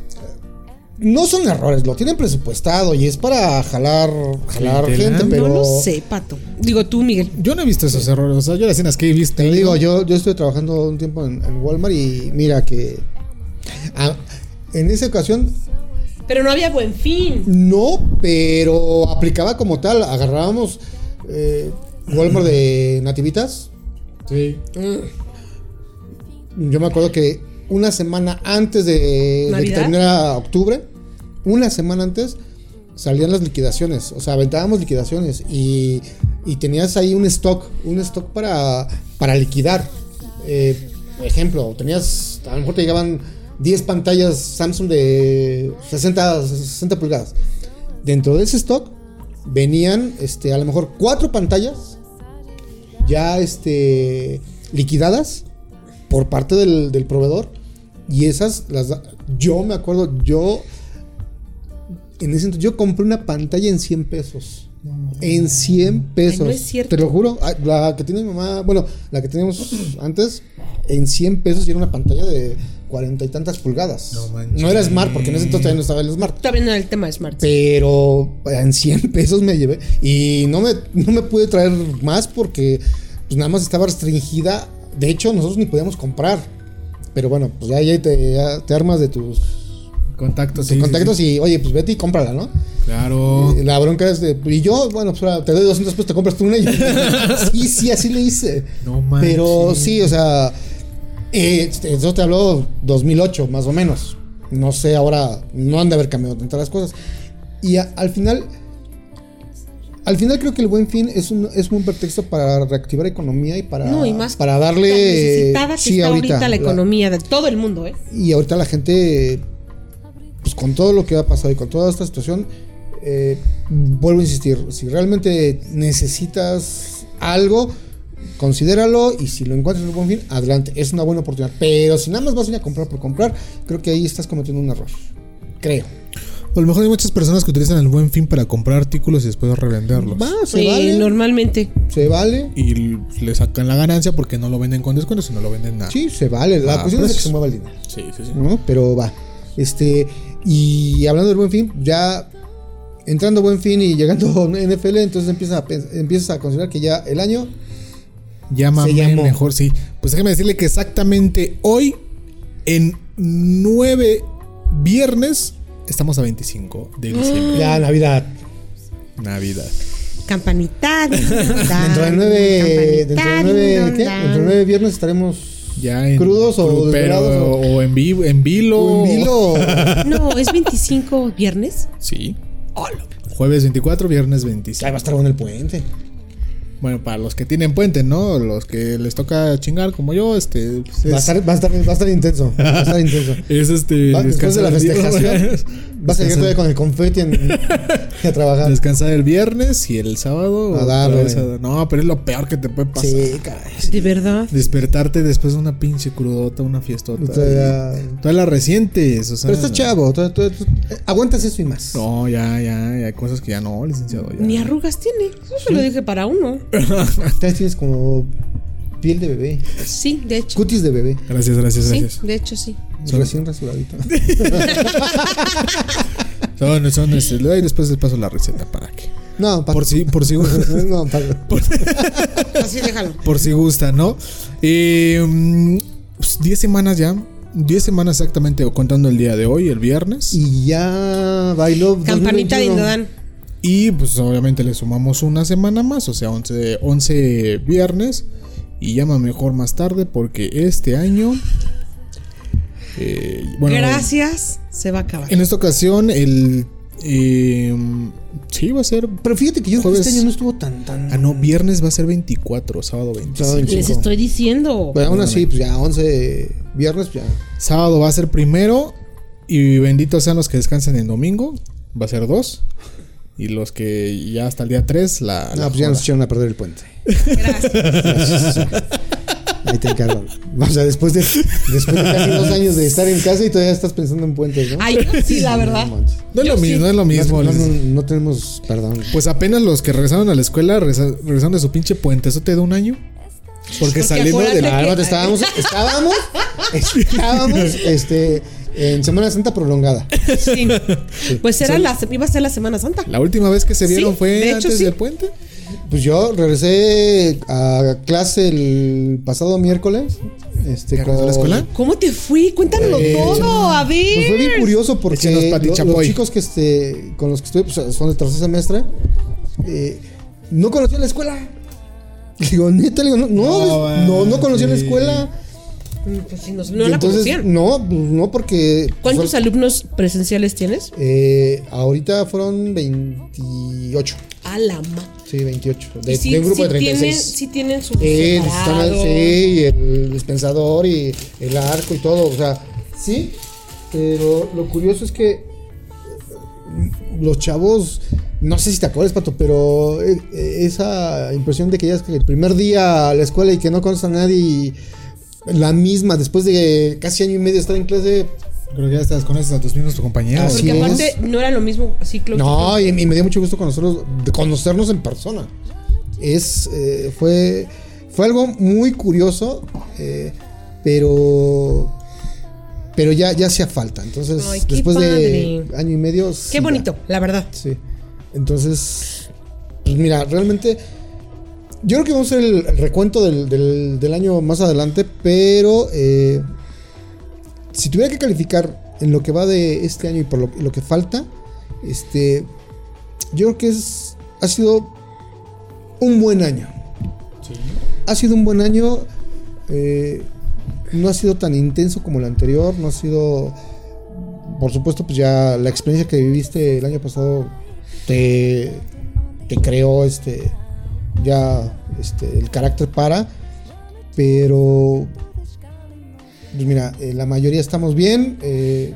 No son errores, lo tienen presupuestado y es para jalar, jalar Clientela. gente, pero. No lo sé, Pato. Digo tú, Miguel. Yo no he visto esos errores, o sea, yo las escenas que he visto... Te digo, yo, yo estoy trabajando un tiempo en, en Walmart y mira que. ah, en esa ocasión Pero no había buen fin. no, pero aplicaba como tal. Agarrábamos eh, Walmart de nativitas. Sí. Yo me acuerdo que una semana antes de, de que ¿Navidad? terminara octubre, una semana antes, salían las liquidaciones. O sea, aventábamos liquidaciones y, y tenías ahí un stock, un stock para, para liquidar. Eh, por ejemplo, tenías, a lo mejor te llegaban diez pantallas Samsung de sesenta, sesenta pulgadas. Dentro de ese stock venían este, a lo mejor cuatro pantallas ya este, liquidadas por parte del, del proveedor. Y esas las da- yo me acuerdo, yo en ese entonces yo compré una pantalla en cien pesos. En cien pesos. Ay, no es cierto. Te lo juro. Ah, la que tiene mi mamá, bueno, la que teníamos antes, en cien pesos y era una pantalla de cuarenta y tantas pulgadas. No manches. No era Smart, porque en ese entonces todavía no estaba el Smart. Todavía no era el tema de Smart. Pero en cien pesos me llevé. Y no me, no me pude traer más porque pues nada más estaba restringida. De hecho, nosotros ni podíamos comprar. Pero bueno, pues ya ahí te, ya te armas de tus, Contactos, tus sí, contactos sí, sí. y oye, pues vete y cómprala, ¿no? Claro. Y la bronca es de. Y yo, bueno, pues ahora te doy doscientos pesos, te compras tú una. Y yo, sí, sí, así le hice. No manches. Pero sí, o sea, eh, eso te habló dos mil ocho, más o menos. No sé, ahora no han de haber cambiado tantas las cosas. Y a- al final, al final creo que el Buen Fin es un, es un pretexto para reactivar economía y para, No, y más para tan darle. necesitada que sí, está ahorita, la la- economía de todo el mundo, ¿eh? y ahorita la gente, pues con todo lo que ha pasado y con toda esta situación, eh, vuelvo a insistir, si realmente necesitas algo, considéralo y si lo encuentras en un Buen Fin, adelante, es una buena oportunidad. Pero si nada más vas a ir a comprar por comprar, creo que ahí estás cometiendo un error. Creo. O a lo mejor hay muchas personas que utilizan el Buen Fin para comprar artículos y después revenderlos. Va, se Sí, vale. normalmente. Se vale. Y le sacan la ganancia porque no lo venden con descuento, sino lo venden nada. Sí, se vale. La Ah, cuestión es de que pues. se mueva el dinero. Sí, sí, sí. ¿No? Pero va. Este. y hablando del Buen Fin, ya entrando Buen Fin y llegando a N F L, entonces empiezas a, empiezas a considerar que ya el año Llámame mejor, sí. Pues déjame decirle que exactamente hoy, en nueve viernes, estamos a veinticinco de diciembre. Ya, Navidad. Navidad. Campanita. Dentro de nueve, dentro de nueve, ¿qué? Dentro de nueve viernes estaremos ya en crudos o pero, o, o en vivo, en vilo. O en vilo. No, es veinticinco viernes. Sí. Oh, jueves veinticuatro, viernes veinticinco. Ahí va a estar bueno el puente. Bueno, para los que tienen puente, ¿no? Los que les toca chingar como yo, este... Pues es... va, a estar, va, a estar, va a estar intenso. Va a estar intenso. Es este... Va, después de la festejación, vas a llegar todavía con el confeti en, a trabajar. Descansar el viernes y el sábado... A darle. A... No, pero es lo peor que te puede pasar. Sí, caray. ¿De verdad? Despertarte después de una pinche crudota, una fiestota. Todavía, todas las recientes, o sea... Pero estás chavo, todavía, todavía, todavía, aguantas eso y más. No, ya, ya, hay cosas que ya no, licenciado. Ya. Ni arrugas tiene. Eso se lo dije para uno. Tienes como piel de bebé. Sí, de hecho. Cutis de bebé. Gracias, gracias, sí, gracias. De hecho, sí. Son... Recién rasuradito. son, son este, le doy después les paso la receta para que. No, para... por si, por si. no, para... por... Así déjalo. Por si gusta, ¿no? Eh, pues diez semanas ya. diez semanas exactamente, contando el día de hoy, el viernes. Y ya bailó. Campanita de Indodán. Y pues obviamente le sumamos una semana más, o sea, once, once viernes. Y llama mejor más tarde porque este año... Eh, bueno, gracias, se va a acabar. En esta ocasión el... Eh, sí, va a ser... Pero fíjate que yo jueves, creo que este año no estuvo tan, tan... Ah, no, viernes va a ser veinticuatro, sábado veinticinco. Les estoy diciendo. Pero aún así, pues ya once viernes, ya. Sábado va a ser primero y benditos sean los que descansen en domingo. Va a ser dos. Y los que ya hasta el día tres la... No, la pues ya nos echaron a perder el puente. Gracias. Gracias. Ahí te encargo. O sea, después de, después de casi dos años de estar en casa y todavía estás pensando en puentes, ¿no? Ay, sí, la verdad. No, no es lo mismo, sí. no es lo mismo. No, no, no, no tenemos perdón. Pues apenas los que regresaron a la escuela regresaron de su pinche puentesote de un año. Porque, Porque saliendo de la... Que... Estábamos, estábamos, estábamos, este... en Semana Santa prolongada. Sí. Sí. Pues era sí. la, iba a ser la Semana Santa. La última vez que se vieron sí, fue de hecho, antes sí. del puente. Pues yo regresé a clase el pasado miércoles. Este, con... ¿A la escuela? ¿Cómo te fui? Cuéntanoslo eh, todo, a ver. Pues fue bien curioso porque lo, los chicos que este, con los que estoy pues, son de tercer semestre. Eh, no conocían la escuela. Digo, neta, digo, no, no, no, no, no conocían la escuela. Pues sí, no, no la entonces, conocían. No, no porque... ¿Cuántos pues, alumnos presenciales tienes? Eh, ahorita fueron veintiocho. A la ma. Sí, veintiocho. De, sí, de un grupo sí de treinta y seis. Tienen, sí tienen su eh, sí, y el dispensador y el arco y todo. O sea, sí. Pero lo curioso es que los chavos... No sé si te acuerdas, Pato, pero esa impresión de que ya es que el primer día a la escuela y que no conoces a nadie y... La misma, después de casi año y medio de estar en clase. Creo que ya estás conoces a tus mismos compañeros. Porque aparte es. No era lo mismo ciclo. No, y, y me dio mucho gusto conocerlos, de conocernos en persona. Es, eh, fue, fue algo muy curioso, eh, pero, pero ya, ya hacía falta. Entonces, ay, después padre. de año y medio. Qué sí, bonito, ya. La verdad. Sí. Entonces, pues mira, realmente. Yo creo que vamos a hacer el, el recuento del, del, del año más adelante, pero eh, si tuviera que calificar en lo que va de este año y por lo, lo que falta, este, yo creo que es, ha sido un buen año. Sí. Ha sido un buen año, eh, no ha sido tan intenso como el anterior, no ha sido, por supuesto, pues ya la experiencia que viviste el año pasado te, te creó este... ya este, el carácter para, pero pues mira, eh, la mayoría estamos bien eh,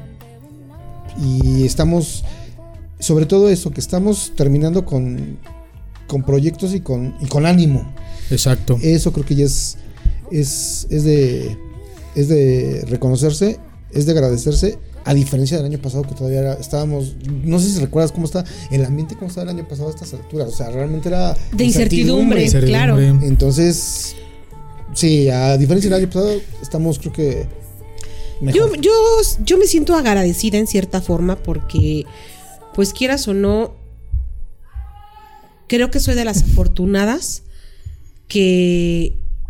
y estamos, sobre todo eso, que estamos terminando con, con proyectos y con, y con ánimo. Exacto. Eso creo que ya es, es, es de es de reconocerse, es de agradecerse. A diferencia del año pasado que todavía era, estábamos, no sé si recuerdas cómo está el ambiente, cómo estaba el año pasado a estas alturas, o sea, realmente era de incertidumbre, incertidumbre, claro. Entonces, sí, a diferencia del año pasado, estamos creo que Yo, yo, yo me siento agradecida en cierta forma porque, pues quieras o no, creo que soy de las afortunadas que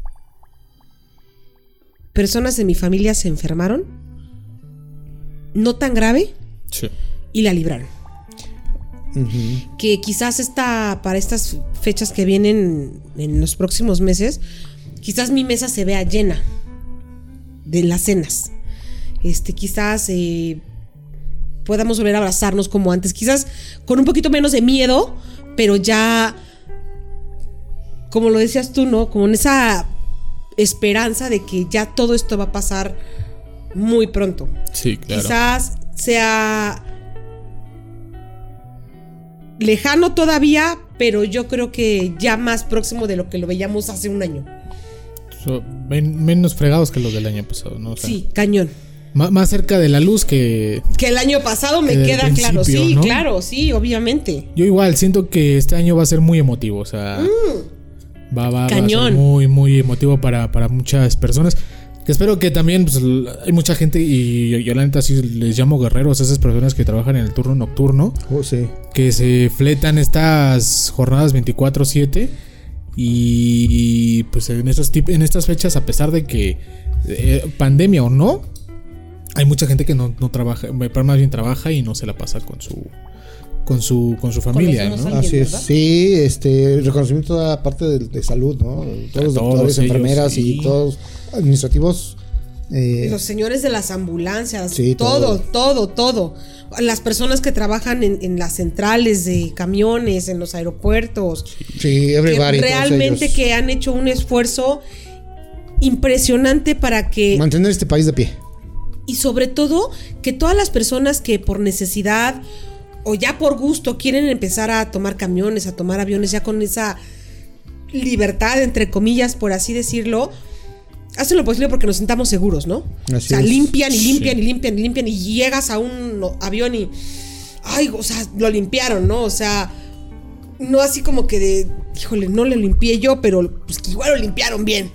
personas de mi familia se enfermaron, no tan grave, sí, y la libraron. Uh-huh. Que quizás esta, para estas fechas que vienen en los próximos meses, quizás mi mesa se vea llena de las cenas. Este, quizás eh, podamos volver a abrazarnos como antes, quizás con un poquito menos de miedo, pero ya, como lo decías tú, ¿no? Como en esa esperanza de que ya todo esto va a pasar muy pronto. Sí, claro. Quizás sea lejano todavía, pero yo creo que ya más próximo de lo que lo veíamos hace un año. So, men, menos fregados que los del año pasado, ¿no? O sea, sí, cañón. Más, más cerca de la luz que... Que el año pasado me queda claro, sí, ¿no? Claro, sí, obviamente. Yo igual siento que este año va a ser muy emotivo, o sea... Mm. Va, va, cañón. va a ser muy, muy emotivo para, para muchas personas. Que espero que también, pues, hay mucha gente, y yo la neta sí les llamo guerreros, esas personas que trabajan en el turno nocturno. Oh, sí. Que se fletan estas jornadas veinticuatro siete. Y pues en, estos, en estas fechas, a pesar de que eh, pandemia o no, hay mucha gente que no, no trabaja, pero más bien trabaja y no se la pasa con su con su con su familia, ¿no? Alguien, así es, ¿verdad? sí, este reconocimiento a la parte de, de salud, ¿no? Todos los doctores, ellos, enfermeras sí. y todos administrativos. Eh, los señores de las ambulancias, sí, todo, todo, todo, todo. Las personas que trabajan en, en las centrales de camiones, en los aeropuertos. Sí, everybody. Que realmente que han hecho un esfuerzo impresionante para que... mantener este país de pie. Y sobre todo, que todas las personas que por necesidad o ya por gusto quieren empezar a tomar camiones, a tomar aviones, ya con esa libertad, entre comillas, por así decirlo, hacen lo posible porque nos sintamos seguros, ¿no? Así o sea, es. limpian y limpian Sí. y limpian y limpian y llegas a un avión y... Ay, o sea, lo limpiaron, ¿no? O sea, no así como que de... Híjole, no lo limpié yo, pero pues que igual lo limpiaron bien.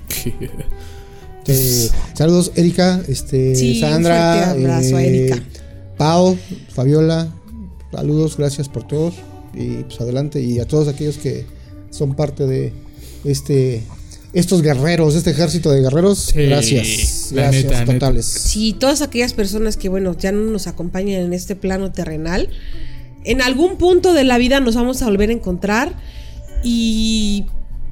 Eh, saludos, Erika, este, Sí, Sandra, un fuerte abrazo a Erika. Pau, Fabiola, saludos, gracias por todos y pues adelante, y a todos aquellos que son parte de este estos guerreros, este ejército de guerreros, Sí, gracias, la gracias neta, totales. Sí, todas aquellas personas que, bueno, ya no nos acompañan en este plano terrenal, en algún punto de la vida nos vamos a volver a encontrar y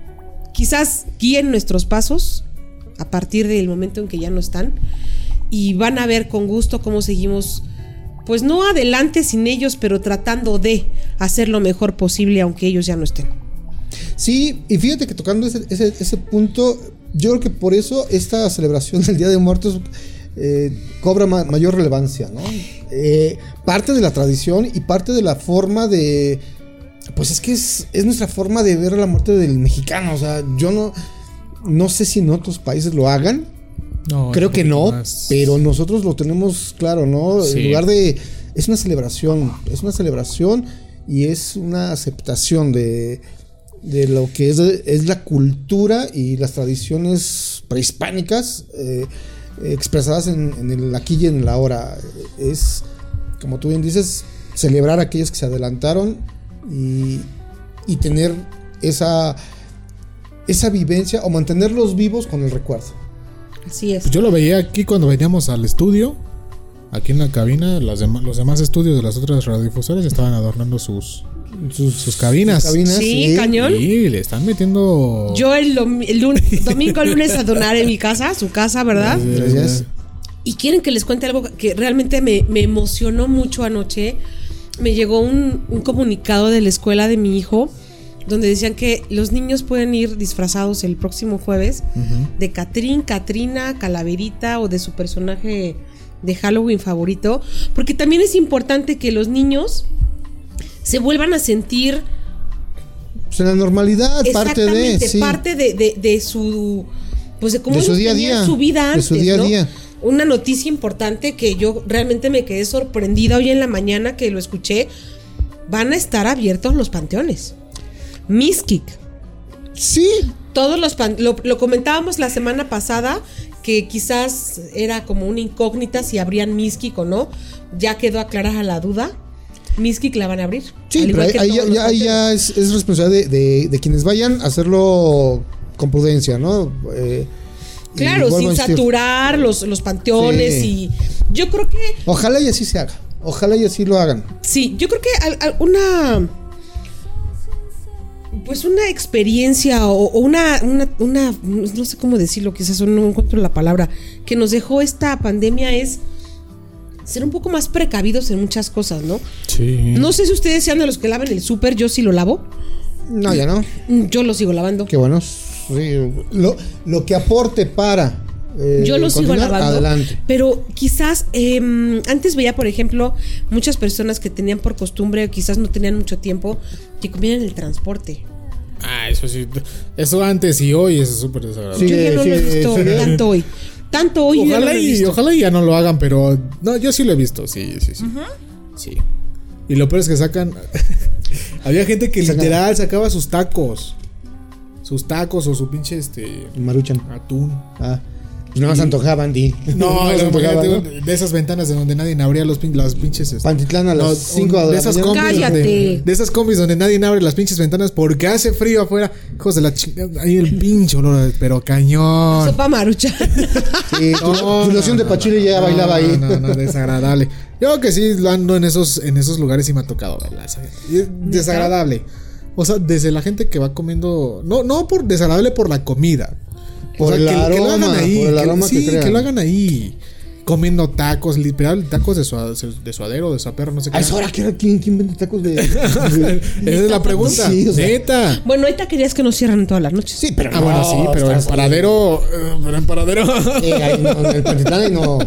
quizás guíen nuestros pasos a partir del momento en que ya no están, y van a ver con gusto cómo seguimos, pues no adelante sin ellos, pero tratando de hacer lo mejor posible aunque ellos ya no estén. Sí, y fíjate que tocando ese, ese, ese punto, yo creo que por eso esta celebración del Día de Muertos eh, cobra ma- mayor relevancia, ¿no? Eh, parte de la tradición y parte de la forma de... Pues es que es, es nuestra forma de ver la muerte del mexicano. O sea, yo no, no sé si en otros países lo hagan. No, Creo que no, más. pero nosotros lo tenemos claro, ¿no? Sí. En lugar de... Es una celebración, es una celebración y es una aceptación de, de lo que es, es la cultura y las tradiciones prehispánicas eh, expresadas en, en el aquí y en el ahora. Es, como tú bien dices, celebrar a aquellos que se adelantaron y, y tener esa, esa vivencia o mantenerlos vivos con el recuerdo. Así es. Pues yo lo veía aquí cuando veníamos al estudio, aquí en la cabina, las dema- los demás estudios de las otras radiodifusoras estaban adornando sus, sus, sus cabinas. Sus cabinas, Sí, sí. cañón. Y le están metiendo... Yo el, dom- el lun- domingo, lunes a donar en mi casa, su casa, ¿verdad? Gracias. Y quieren que les cuente algo que realmente me, me emocionó mucho anoche. Me llegó un, un comunicado de la escuela de mi hijo donde decían que los niños pueden ir disfrazados el próximo jueves Ujú. de Catrín, Catrina, Calaverita o de su personaje de Halloween favorito, porque también es importante que los niños se vuelvan a sentir Pues en la normalidad, parte de, exactamente, sí. parte de, de, de su pues de cómo De su ellos día a tenían día, su vida de antes, su día a ¿no? día. Una noticia importante que yo realmente me quedé sorprendida hoy en la mañana que lo escuché. Van a estar abiertos los panteones. Mixquic. Sí, Todos los pan- lo, lo comentábamos la semana pasada que quizás era como una incógnita si abrían Mixquic o no. Ya quedó aclarada la duda. Mixquic la van a abrir. Sí, pero ahí, ahí, ya, ahí ya es, es responsabilidad de, de, de quienes vayan a hacerlo con prudencia, ¿no? Eh, claro, sin saturar los, los panteones, sí. Y yo creo que... Ojalá y así se haga. Ojalá y así lo hagan. Sí, yo creo que al, al, una... Pues una experiencia o, o una, una, una... No sé cómo decirlo, quizás no encuentro la palabra, que nos dejó esta pandemia es... ser un poco más precavidos en muchas cosas, ¿no? Sí. No sé si ustedes sean de los que lavan el súper, yo sí lo lavo. No, ya no. Yo lo sigo lavando. Qué bueno. Sí. Lo, lo que aporte para... Eh, yo lo sigo lavando. Adelante. Pero quizás eh, antes veía, por ejemplo, muchas personas que tenían por costumbre, o quizás no tenían mucho tiempo, que comían en el transporte. Ah, eso sí. Eso antes y hoy es súper desagradable. Sí, yo ya no sí, lo he visto sí, tanto hoy. Tanto hoy ojalá ya no lo he y, visto. Ojalá y ya no lo hagan, pero no, yo sí lo he visto, sí, sí, sí. Uh-huh. Sí. Y lo peor es que sacan había gente que Sacan. literal sacaba sus tacos. Sus tacos o su pinche este Maruchan. Atún. Ah. Pues no se antojaban, di. No, no, no antojaban, ¿no? De esas ventanas de donde nadie abría los pin, las pinches este, Pantitlán a las cinco no, de, de esas la combis Cállate. Donde, de esas combis donde nadie abre las pinches ventanas porque hace frío afuera. Hijos de la chingada, ahí el pinche olor, pero cañón. Sopa Maruchan. Sí, tu, no, tu noción no, de pachule ya no, bailaba ahí. No, no, desagradable. Yo creo que sí lo ando en esos en esos lugares y me ha tocado verla. Desagradable. O sea, desde la gente que va comiendo, no no por desagradable por la comida. Por, o sea, el, que, aroma, que lo hagan ahí, por el que, aroma sí, que crean. Que lo hagan ahí. Comiendo tacos, literal, tacos de, suad, de suadero, de suaperro, no sé qué. ¿A esa hora qué? ¿Quién, ¿Quién vende tacos de...? Esa es la pregunta. Sí, o sea, neta. Bueno, hay taquerías que no cierran todas las noches. Sí, pero ah, no, bueno, sí, pero en paradero... Uh, pero en paradero... Eh, ahí no, en el Pantitlán no...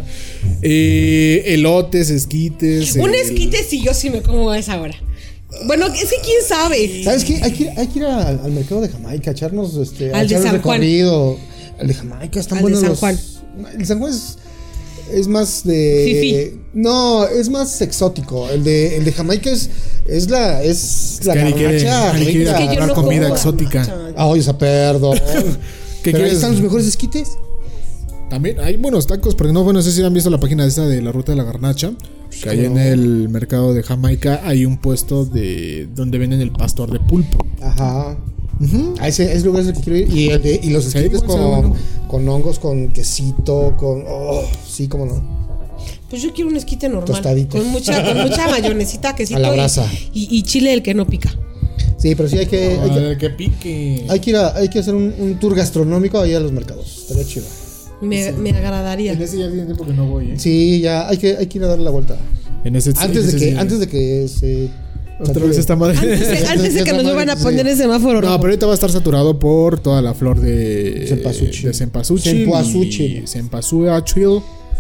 Eh, elotes, esquites... Un el... esquite sí, yo sí me como a esa hora. Bueno, es que quién sabe. ¿Sabes qué? Hay que, hay que ir al, al mercado de Jamaica, a echarnos... Este, al a de San recorrido. Juan. El de Jamaica, están al buenos de San los... Juan. El San Juan es... Es más de... Fifi. No, es más exótico. El de, el de Jamaica es, es la... Es, es la garnacha. Hay que agarrar no comida exótica. Ah, oye, esa perdón. ¿Qué Pero ahí están los mejores esquites. También hay buenos tacos, porque no, bueno, no sé si han visto la página esa de la ruta de la garnacha. Que hay en el mercado de Jamaica hay un puesto de donde venden el pastor de pulpo. Ajá. Uh-huh. A ese, ese lugar es el que quiero ir. Y, el de, y los esquites sí, con, bueno. con hongos, con quesito, con... Oh, sí, cómo no. Pues yo quiero un esquite normal. Tostadito. Con mucha, con mucha mayonesita, quesito. A la brasa. Y, y, y chile el que no pica. Sí, pero sí hay que... No, hay que, el que pique. Hay que ir a, hay que hacer un, un tour gastronómico ahí a los mercados. Estaría chido. Me, sí. me agradaría. En ese ya tiene tiempo que no voy, ¿eh? Sí, ya hay que, hay que ir a darle la vuelta. En ese Antes, en de, ese que, antes de que se... Otra vez está madre. Antes de, antes de que nos vuelvan a poner el semáforo rojo. No, pero ahorita va a estar saturado por toda la flor de cempasúchil. De cempasúchil. Cempasúchil. Cempasúchil.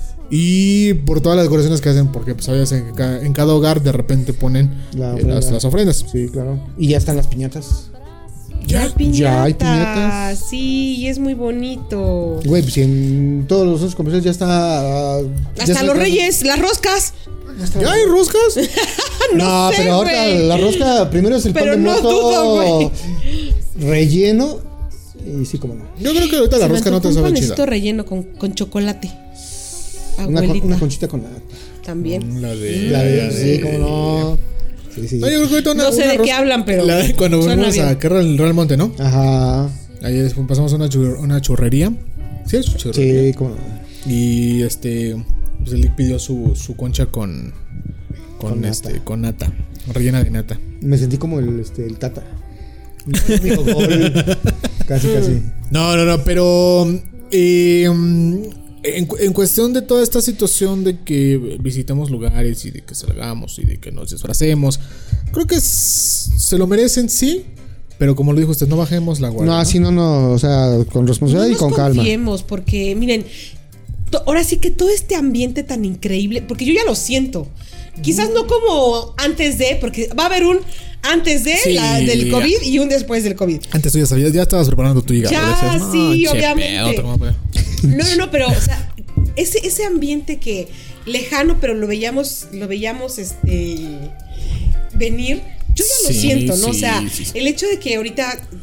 Y por todas las decoraciones que hacen, porque pues sabes en, en cada hogar de repente ponen la eh, las, las ofrendas. Sí, claro. Y ya están las piñatas. Ya, hay piñatas. Ya hay piñatas. Sí, y es muy bonito. Güey, pues si en todos los otros comerciales ya está. Uh, Hasta ya los está, reyes, las roscas. ¿Ya, ¿Ya hay roscas? no, no sé, pero ahorita wey. La rosca primero es el pero pan de no moto dudo, relleno. Y sí, como no. Yo creo que ahorita Se la rosca no te sabe chida. Un relleno con, con chocolate. Una, con, una conchita con nata. También. La de. La de. Sí, como no. Sí, sí. No, yo creo que una, no sé de qué hablan, pero. La de cuando volvimos a que era el Real Monte, ¿no? Ajá. Ahí después pasamos a una, chur, una churrería. Sí, es churrería. Sí, como no. Y este. Pues él pidió su, su concha con. Con, con este. Nata. Con nata. Rellena de nata. Me sentí como el, este, el Tata. Dijo, gol. Casi, casi. No, no, no, pero. Eh, En, en cuestión de toda esta situación de que visitemos lugares y de que salgamos y de que nos disfracemos, creo que es, se lo merecen, sí, pero como lo dijo usted, no bajemos la guardia. No, así no, no, o sea, con responsabilidad no y con calma. No confiemos, porque miren, to, ahora sí que todo este ambiente tan increíble, porque yo ya lo siento, quizás no como antes de, porque va a haber un antes de sí, la, del COVID y un después del COVID. Antes tú ya sabías, ya estabas preparando tu hígado. Ya, decías, no, sí, che, obviamente. Pedo, no, no, no, pero, o sea, ese, ese ambiente que lejano, pero lo veíamos, lo veíamos, este, venir. Yo ya lo sí, siento, ¿no? Sí, o sea, sí, sí. El hecho de que ahorita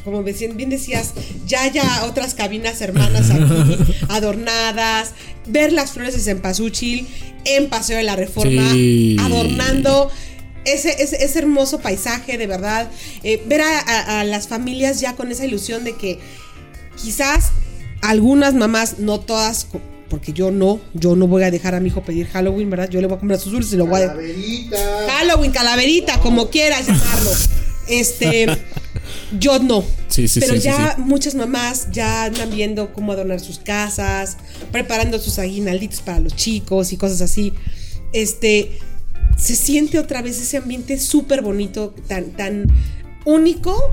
como bien decías, ya haya otras cabinas hermanas aquí, adornadas, ver las flores de cempasúchil en Paseo de la Reforma, sí. adornando ese, ese, ese hermoso paisaje, de verdad, eh, ver a, a, a las familias ya con esa ilusión de que quizás algunas mamás, no todas, porque yo no, yo no voy a dejar a mi hijo pedir Halloween, ¿verdad? Yo le voy a comprar sus dulces y lo voy a... Calaverita. Halloween, calaverita, como quieras llamarlo. Este, yo no. Sí, sí, Pero sí, ya sí, sí. muchas mamás ya andan viendo cómo adornar sus casas, preparando sus aguinalditos para los chicos y cosas así. Este, se siente otra vez ese ambiente súper bonito, tan, tan único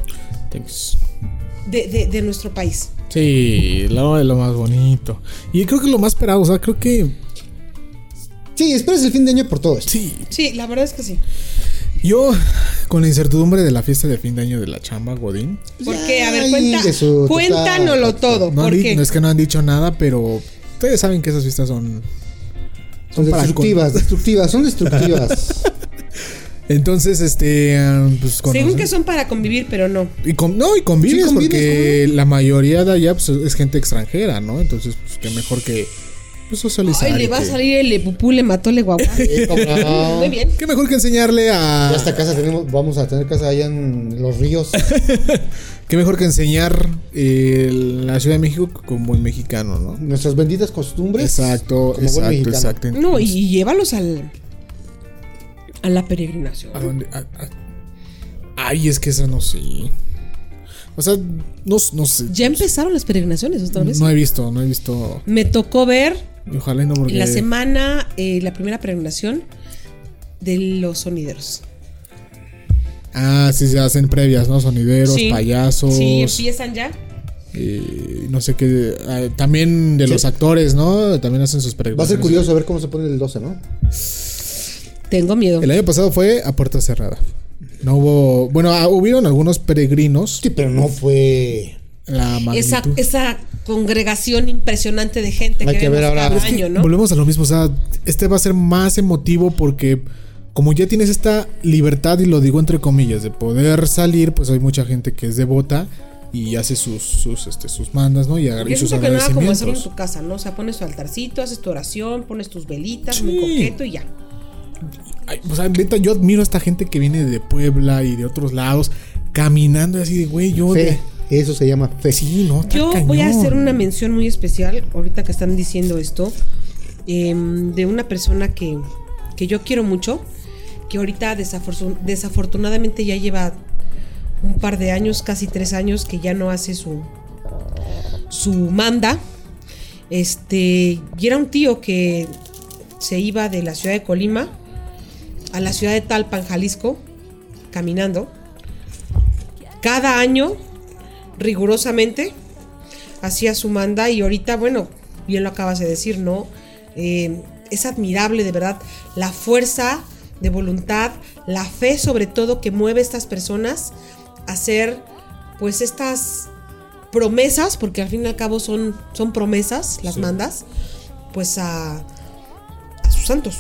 de, de, de nuestro país. Sí, lo, lo más bonito. Y creo que lo más esperado, o sea, creo que... Sí, esperas el fin de año por todo esto. Sí. Sí, la verdad es que sí. Yo, con la incertidumbre de la fiesta de fin de año de la chamba, Godín. ¿Por qué? A ver, cuenta, cuéntanoslo todo. No, ¿Por di, qué? no es que no han dicho nada, pero ustedes saben que esas fiestas son... Son, son destructivas, con... destructivas, son destructivas. Entonces, este, pues con según que son para convivir, pero no. Y con, no, y convives, sí, convives porque con... la mayoría de allá pues, es gente extranjera, ¿no? Entonces, pues qué mejor que pues socializar. Ay, le va que... a salir el pupú, le mató le guagua. No. Muy bien. Qué mejor que enseñarle a... Ya esta casa tenemos, vamos a tener casa allá en los ríos. Qué mejor que enseñar eh, la Ciudad de México como buen mexicano, ¿no? Nuestras benditas costumbres. Exacto, como exacto, buen exacto. No, y, y llévalos al... a la peregrinación. ¿A dónde? A, a... Ay, es que esa no sé. O sea, no, no sé. ¿Ya empezaron las peregrinaciones otra vez? No he visto, no he visto. Me tocó ver... Y ojalá y no porque... la semana, eh, la primera peregrinación de los sonideros. Ah, sí, se hacen previas, ¿no? Sonideros, sí, payasos. Sí, empiezan ya. Eh, no sé qué. Eh, también de sí. los actores, ¿no? También hacen sus peregrinaciones. Va a ser curioso ver cómo se pone el doce, ¿no? Tengo miedo. El año pasado fue a puerta cerrada. No hubo. Bueno, hubieron algunos peregrinos. Sí, pero no fue. La esa, esa congregación impresionante de gente. Hay que, que ver ahora. Cada es que año, ¿no? Volvemos a lo mismo. O sea, este va a ser más emotivo porque, como ya tienes esta libertad, y lo digo entre comillas, de poder salir, pues hay mucha gente que es devota y hace sus, sus, este, sus mandas, ¿no? Y, y sus que nada como hacerlo en tu casa, ¿no? O sea, pones tu altarcito, haces tu oración, pones tus velitas, sí. muy coqueto y ya. Ay, o sea, neta, yo admiro a esta gente que viene de Puebla y de otros lados, caminando así de, güey, yo... Fe. De, Eso se llama fe. Sí, no, yo cañón. Voy a hacer una mención muy especial, ahorita que están diciendo esto, eh, de una persona que, que yo quiero mucho, que ahorita desafortun- desafortunadamente ya lleva un par de años, casi tres años, que ya no hace su, su manda. Este, y era un tío que se iba de la ciudad de Colima a la ciudad de Talpan, Jalisco, caminando. Cada año, rigurosamente, hacía su manda y ahorita, bueno, bien lo acabas de decir, ¿no? Eh, es admirable, de verdad, la fuerza de voluntad, la fe sobre todo que mueve a estas personas a hacer, pues, estas promesas, porque al fin y al cabo son, son promesas, las sí. mandas, pues a, a sus santos.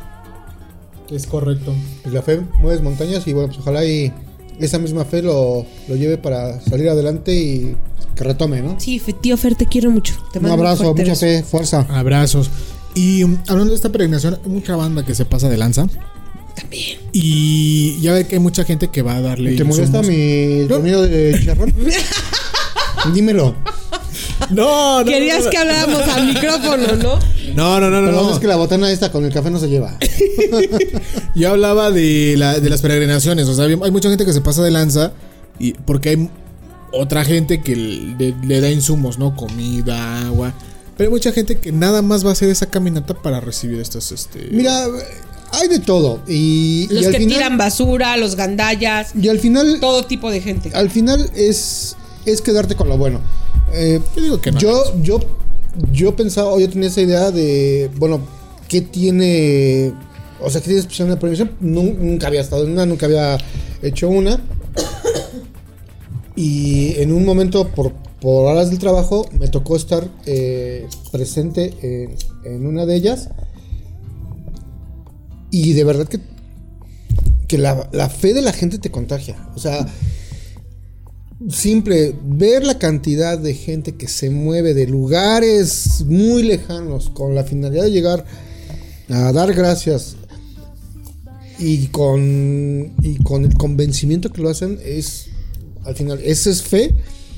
Es correcto. Y la fe mueve montañas y bueno, pues ojalá y esa misma fe lo, lo lleve para salir adelante y que retome, ¿no? Sí, tío Fer, te quiero mucho. Te un abrazo, mucha fe, fuerza. Abrazos. Y um, hablando de esta peregrinación, hay mucha banda que se pasa de lanza. También. Y ya ve que hay mucha gente que va a darle. ¿Te molesta mi sonido de chicharrón? Dímelo. No, no. Querías no, no. que habláramos al micrófono, ¿no? No, no, no, no. no. Es que la botana esta con el café no se lleva. Yo hablaba de, la, de las peregrinaciones. O sea, hay mucha gente que se pasa de lanza y porque hay otra gente que le, le da insumos, ¿no? Comida, agua. Pero hay mucha gente que nada más va a hacer esa caminata para recibir estas, este... Mira, hay de todo. Y, los y al que final, tiran basura, los gandallas. Y al final... Todo tipo de gente. Al final es, es quedarte con lo bueno. Eh, yo digo que no. Yo, yo, yo pensaba, o yo tenía esa idea de, bueno, ¿qué tiene... O sea, ¿qué tiene especial una peregrinación? Nunca había estado en una, nunca había hecho una. Y en un momento, por, por horas del trabajo, me tocó estar eh, presente en, en una de ellas. Y de verdad que, que la, la fe de la gente te contagia. O sea, simple, ver la cantidad de gente que se mueve de lugares muy lejanos con la finalidad de llegar a dar gracias y con, y con el convencimiento que lo hacen, es al final, esa es fe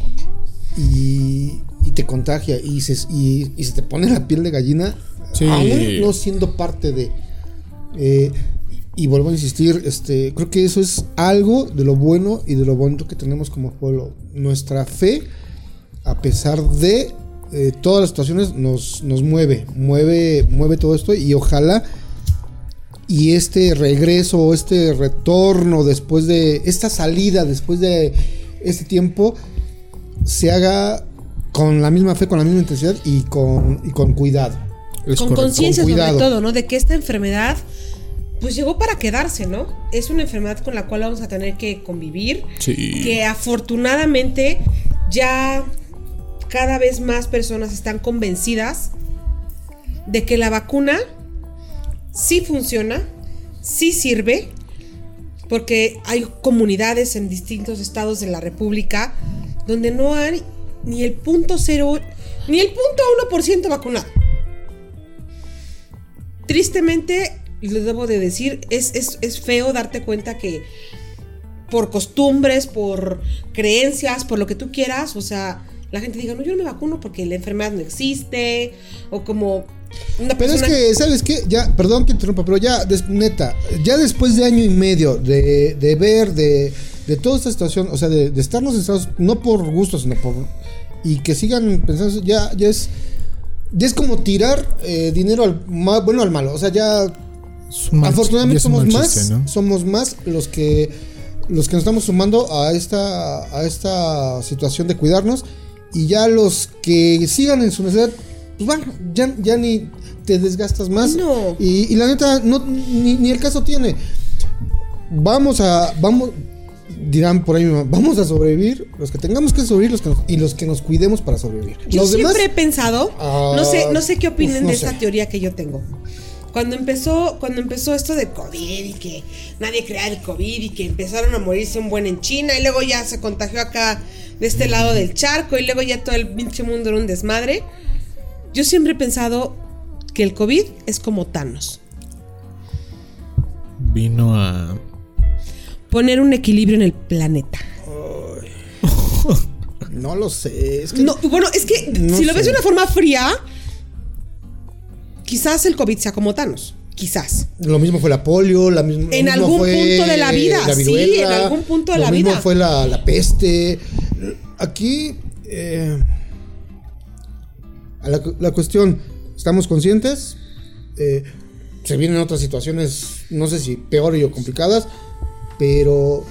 y, y te contagia y se, y, y se te pone la piel de gallina, sí. Aún no siendo parte de... Eh, y vuelvo a insistir, este, creo que eso es algo de lo bueno y de lo bonito que tenemos como pueblo. Nuestra fe, a pesar de eh, todas las situaciones, nos, nos mueve, mueve, mueve todo esto y ojalá y este regreso, este retorno después de esta salida, después de este tiempo, se haga con la misma fe, con la misma intensidad y con, y con cuidado. Es con conciencia sobre todo, ¿no? De que esta enfermedad pues llegó para quedarse, ¿no? Es una enfermedad con la cual vamos a tener que convivir. Sí. Que afortunadamente ya cada vez más personas están convencidas de que la vacuna sí funciona, sí sirve, porque hay comunidades en distintos estados de la República donde no hay ni el punto cero, ni el punto uno por ciento vacunado. Tristemente, lo debo de decir, es, es, es feo darte cuenta que por costumbres, por creencias, por lo que tú quieras, o sea, la gente diga, no, yo no me vacuno porque la enfermedad no existe, o como una pero persona... es que, ¿sabes qué? Ya, perdón que interrumpa, pero ya, des, neta, ya después de año y medio de, de ver, de, de toda esta situación, o sea, de, de estarnos encerrados, no por gusto, sino por... y que sigan pensando, ya, ya es... ya es como tirar eh, dinero al bueno al malo, o sea, ya... Afortunadamente somos más, chiste, ¿no? somos más los que los que nos estamos sumando a esta a esta situación de cuidarnos y ya los que sigan en su necesidad, pues bueno, ya, ya ni te desgastas más. No. Y, y la neta no ni, ni el caso tiene. Vamos a vamos dirán por ahí mismo, vamos a sobrevivir, los que tengamos que sobrevivir los que nos, y los que nos cuidemos para sobrevivir. Yo los siempre demás, he pensado, uh, no sé no sé qué opinen uf, no de sé. esta teoría que yo tengo. Cuando empezó, cuando empezó esto de COVID y que nadie creía el COVID y que empezaron a morirse un buen en China y luego ya se contagió acá de este lado del charco y luego ya todo el pinche mundo era un desmadre. Yo siempre he pensado que el COVID es como Thanos. Vino a poner un equilibrio en el planeta. No lo sé. Es que no, bueno, es que no si lo sé. ves de una forma fría, quizás el COVID sea como Thanos, quizás. Lo mismo fue la polio, la misma, en lo algún mismo fue punto de la vida, la viruela, sí, en algún punto de la vida. Lo mismo fue la, la peste. Aquí, eh, a la, la cuestión, ¿estamos conscientes? Eh, se vienen otras situaciones, no sé si peores o complicadas, pero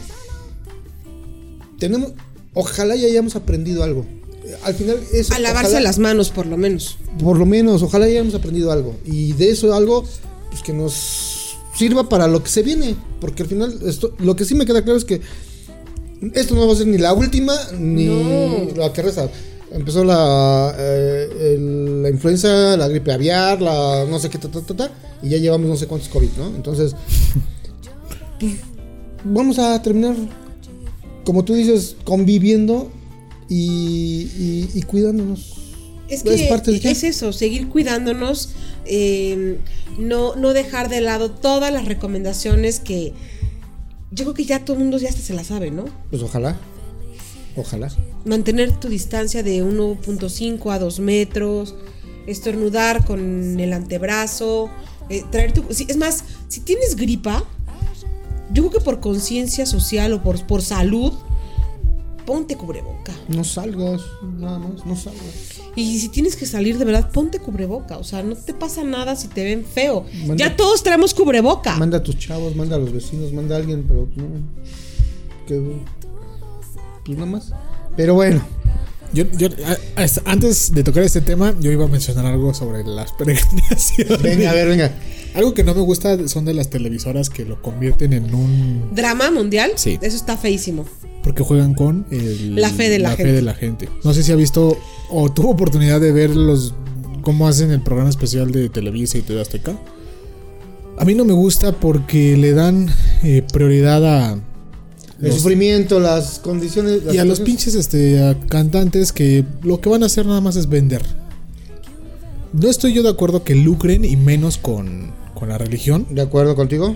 tenemos, ojalá ya hayamos aprendido algo. Al final eso, a lavarse ojalá, las manos por lo menos por lo menos ojalá hayamos aprendido algo y de eso algo pues, que nos sirva para lo que se viene, porque al final esto, lo que sí me queda claro es que esto no va a ser ni la última ni no. la que resta. Empezó la eh, el, la influenza, la gripe aviar, la no sé qué ta, ta, ta, ta, y ya llevamos no sé cuántos COVID, ¿no? Entonces pues, vamos a terminar como tú dices conviviendo Y, y, y cuidándonos. Es que es, parte de es eso, seguir cuidándonos, eh, no, no dejar de lado todas las recomendaciones que yo creo que ya todo el mundo ya hasta se las sabe, ¿no? Pues ojalá, ojalá. Mantener tu distancia de uno punto cinco a dos metros, estornudar con el antebrazo, eh, traer tu... Si, es más, si tienes gripa, yo creo que por conciencia social o por, por salud, ponte cubreboca. No salgas, nada más, no salgas. Y si tienes que salir de verdad, ponte cubreboca. O sea, no te pasa nada si te ven feo. Manda, ya todos traemos cubreboca. Manda a tus chavos, manda a los vecinos, manda a alguien, pero no. Que, pues nada más. Pero bueno. Yo, yo antes de tocar este tema, yo iba a mencionar algo sobre las peregrinaciones. Venga, a ver, venga. Algo que no me gusta son de las televisoras que lo convierten en un drama mundial. Sí. Eso está feísimo. Porque juegan con el, la fe de la, la gente. fe de la gente. No sé si ha visto o tuvo oportunidad de ver los cómo hacen el programa especial de Televisa y T V Azteca. A mí no me gusta porque le dan eh, prioridad a El los, sufrimiento, las condiciones. Las y a cosas. los pinches este, a cantantes que lo que van a hacer nada más es vender. No estoy yo de acuerdo que lucren y menos con, con la religión. De acuerdo contigo.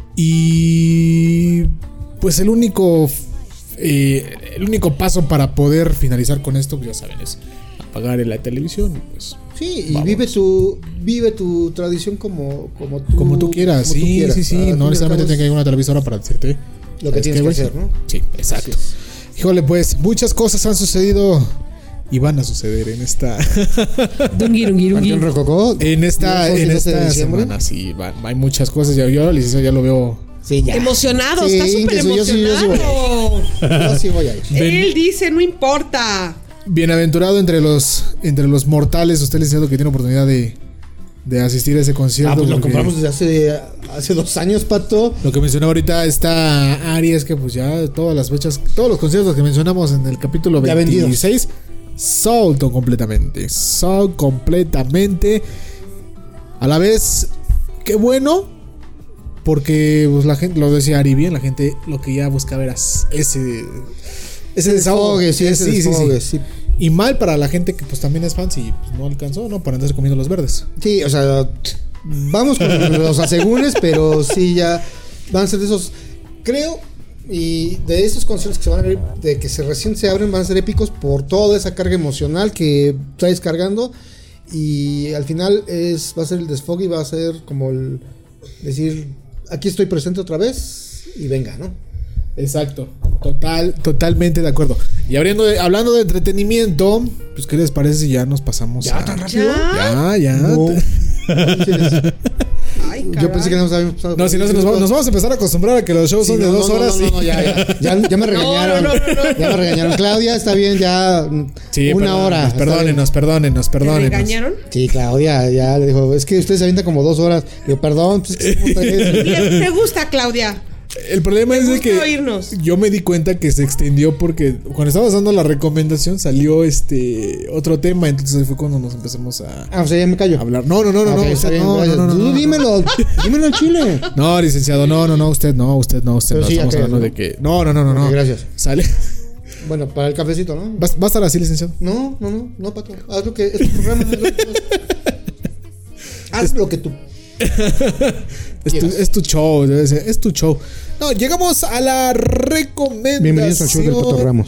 Y pues el único eh, el único paso para poder finalizar con esto, pues ya saben, es apagar la televisión. Pues, sí, y vive tu vive tu tradición como como tú, como tú quieras. Como sí, tú quieras. sí, sí, sí. No necesariamente tiene que haber una televisora para decirte lo que tienes que, que hacer, ¿no? Sí, exacto. Híjole, pues muchas cosas han sucedido y van a suceder en esta Panteón Rococó. En esta en esta semana sí, va, hay muchas cosas. Ya yo licenciado ya lo veo. Sí, ya. Emocionado, sí, está súper emocionado. Yo sí voy a ir. Él dice, no importa. Bienaventurado entre los entre los mortales, usted licenciado que tiene oportunidad de de asistir a ese concierto. Ah, pues lo compramos desde hace hace dos años, Pato. Lo que mencionó ahorita está Ari es que pues ya todas las fechas, todos los conciertos que mencionamos en el capítulo veintiséis sold completamente, sold completamente. A la vez, qué bueno, porque pues la gente, lo decía Ari bien, la gente lo que ya buscaba era ese ese desahogo, sí, ese sí, desfogue, sí, sí. Y mal para la gente que pues también es fan y pues, no alcanzó, ¿no? Para andarse comiendo los verdes. Sí, o sea, vamos con los asegúnes, pero sí ya van a ser de esos, creo, y de esos conciertos que se van a abrir, de que se recién se abren, van a ser épicos por toda esa carga emocional que traes cargando. Y al final es va a ser el desfogue y va a ser como el decir, aquí estoy presente otra vez y venga, ¿no? Exacto, total, totalmente de acuerdo. Y hablando de, hablando de entretenimiento, pues ¿qué les parece si ya nos pasamos? ¿Ya a... tan rápido? Ya, ya. No. Ay, yo pensé que no nos habíamos pasado. No, si no, se nos, va, nos vamos a empezar a acostumbrar a que los shows sí, son no, de dos no, horas. No, no, no, y... ya, ya, ya, ya me regañaron. No, no, no, no. Ya me regañaron. Claudia, está bien, ya sí, una perdón, hora. Perdónenos, perdónenos, perdónenos. ¿Me regañaron? Sí, Claudia, ya le dijo, es que usted se avienta como dos horas. Digo, perdón, pues es que se ¿Te gusta, Claudia? El problema es de que oírnos. Yo me di cuenta que se extendió porque cuando estábamos dando la recomendación salió este otro tema, entonces fue cuando nos empezamos a Ah, o sea, ya me callo. hablar. No, no, no, no, okay, no, usted bien, no, no, no, no, Tú no, dímelo, no. dímelo al chile. No, licenciado, no, no, no, usted no, usted no, usted Pero no, sí, estamos okay, hablando ¿no? de que No, no, no, no, okay, no. Gracias. Sale. Bueno, para el cafecito, ¿no? ¿Va, va a estar así, licenciado? No, no, no, no, Pato. Haz lo que es tu programa. Haz lo que tú es, tu, es tu show, debe ser, es tu show. No, llegamos a la recomendación. Bienvenidos al show del Pato Ramos.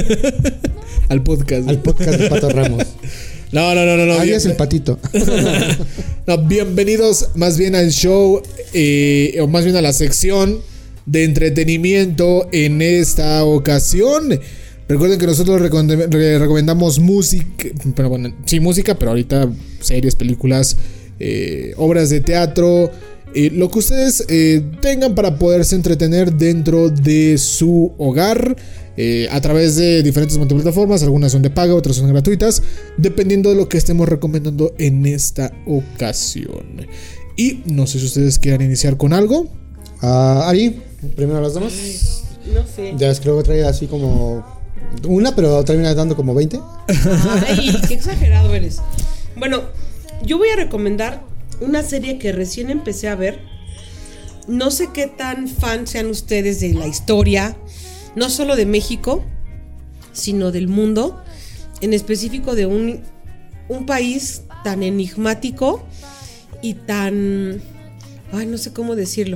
Al podcast. Al podcast de Pato Ramos. No, no, no, no. no Ahí bien, es el patito. No, bienvenidos más bien al show, eh, o más bien a la sección de entretenimiento en esta ocasión. Recuerden que nosotros recomendamos música, pero bueno, sí, música, pero ahorita series, películas, eh, obras de teatro, eh, lo que ustedes eh, tengan para poderse entretener dentro de su hogar, eh, a través de diferentes multiplataformas. Algunas son de paga, otras son gratuitas, dependiendo de lo que estemos recomendando en esta ocasión. Y no sé si ustedes quieran iniciar con algo. Uh, Ari, primero las damas. No sé. Ya creo que trae así como una, pero termina dando como veinte. Ay, qué exagerado eres. Bueno, yo voy a recomendar una serie que recién empecé a ver. No sé qué tan fan sean ustedes de la historia, no solo de México, sino del mundo, en específico de un, un país tan enigmático y tan... Ay, no sé cómo decirlo.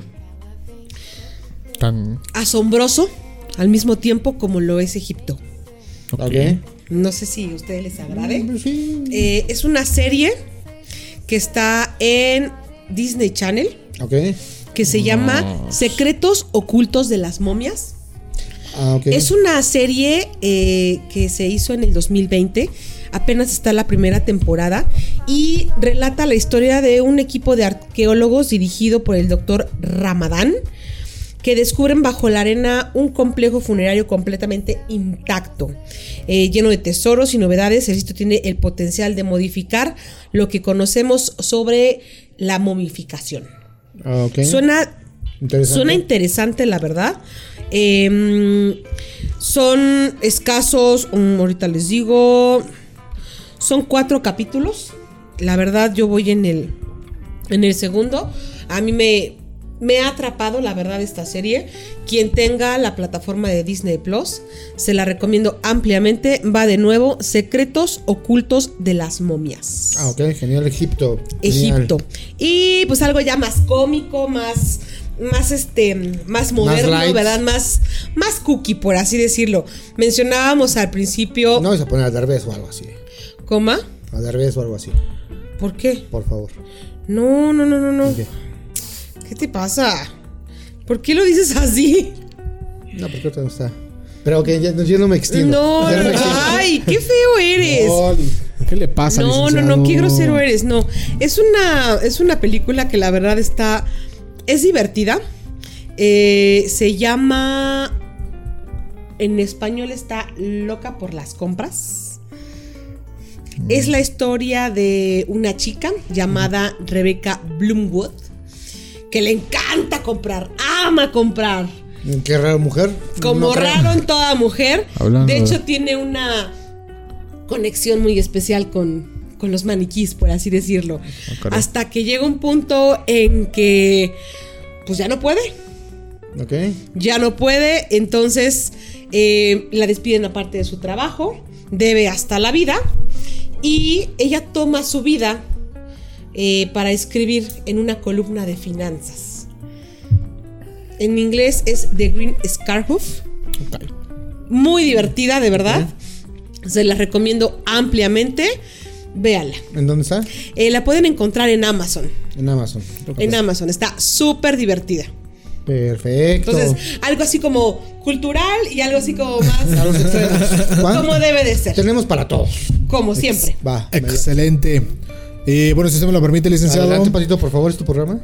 Tan... asombroso al mismo tiempo como lo es Egipto. Okay. No sé si a ustedes les agrade. Mm, sí. Eh, es una serie que está en Disney Channel. Okay. Que se llama Secretos Ocultos de las Momias. Ah, okay. Es una serie eh, que se hizo en el dos mil veinte. Apenas está la primera temporada y relata la historia de un equipo de arqueólogos dirigido por el doctor Ramadán, que descubren bajo la arena un complejo funerario completamente intacto, eh, lleno de tesoros y novedades. El sitio tiene el potencial de modificar lo que conocemos sobre la momificación. Okay. Suena, interesante. suena interesante, la verdad. Eh, son escasos, um, ahorita les digo, son cuatro capítulos. La verdad, yo voy en el, en el segundo. A mí me... me ha atrapado, la verdad, esta serie. Quien tenga la plataforma de Disney Plus, se la recomiendo ampliamente. Va de nuevo, Secretos Ocultos de las Momias. Ah, ok, genial, Egipto. Egipto. Genial. Y pues algo ya más cómico, más, más este, más moderno, más ¿verdad? Más, más cookie, por así decirlo. Mencionábamos al principio. No vas a poner a Derbez o algo así. ¿Coma? A Derbez o algo así. ¿Por qué? Por favor. No, no, no, no, no. Okay. ¿Qué te pasa? ¿Por qué lo dices así? No, porque ahorita no está. Pero que ya, yo no me extiendo. No, Ya no, me extiendo. ay, qué feo eres. No, ¿Qué le pasa, No, no, licenciado? no, qué grosero eres. No, es una, es una película que la verdad está, es divertida. Eh, se llama, en español está Loca por las compras. Mm. Es la historia de una chica llamada Rebecca Bloomwood, que le encanta comprar, ama comprar. Qué raro, mujer. Como No creo. raro en toda mujer. Hablando de hecho, de- tiene una conexión muy especial con, con los maniquís, por así decirlo. Oh, Hasta que llega un punto en que pues ya no puede. Ok. Ya no puede. Entonces eh, la despiden aparte de su trabajo. Debe hasta la vida. Y ella toma su vida eh, para escribir en una columna de finanzas. En inglés es The Green Scarf. Okay. Muy divertida, de verdad. Se la recomiendo ampliamente. Véala. ¿En dónde está? Eh, la pueden encontrar en Amazon. En Amazon. En Amazon. Está súper divertida. Perfecto. Entonces, algo así como cultural y algo así como más A los extremos. ¿Va? como debe de ser. Tenemos para todos. Como siempre. Va. Excelente. Eh, bueno, si usted me lo permite, licenciado. Adelante, Patito, por favor, es tu programa.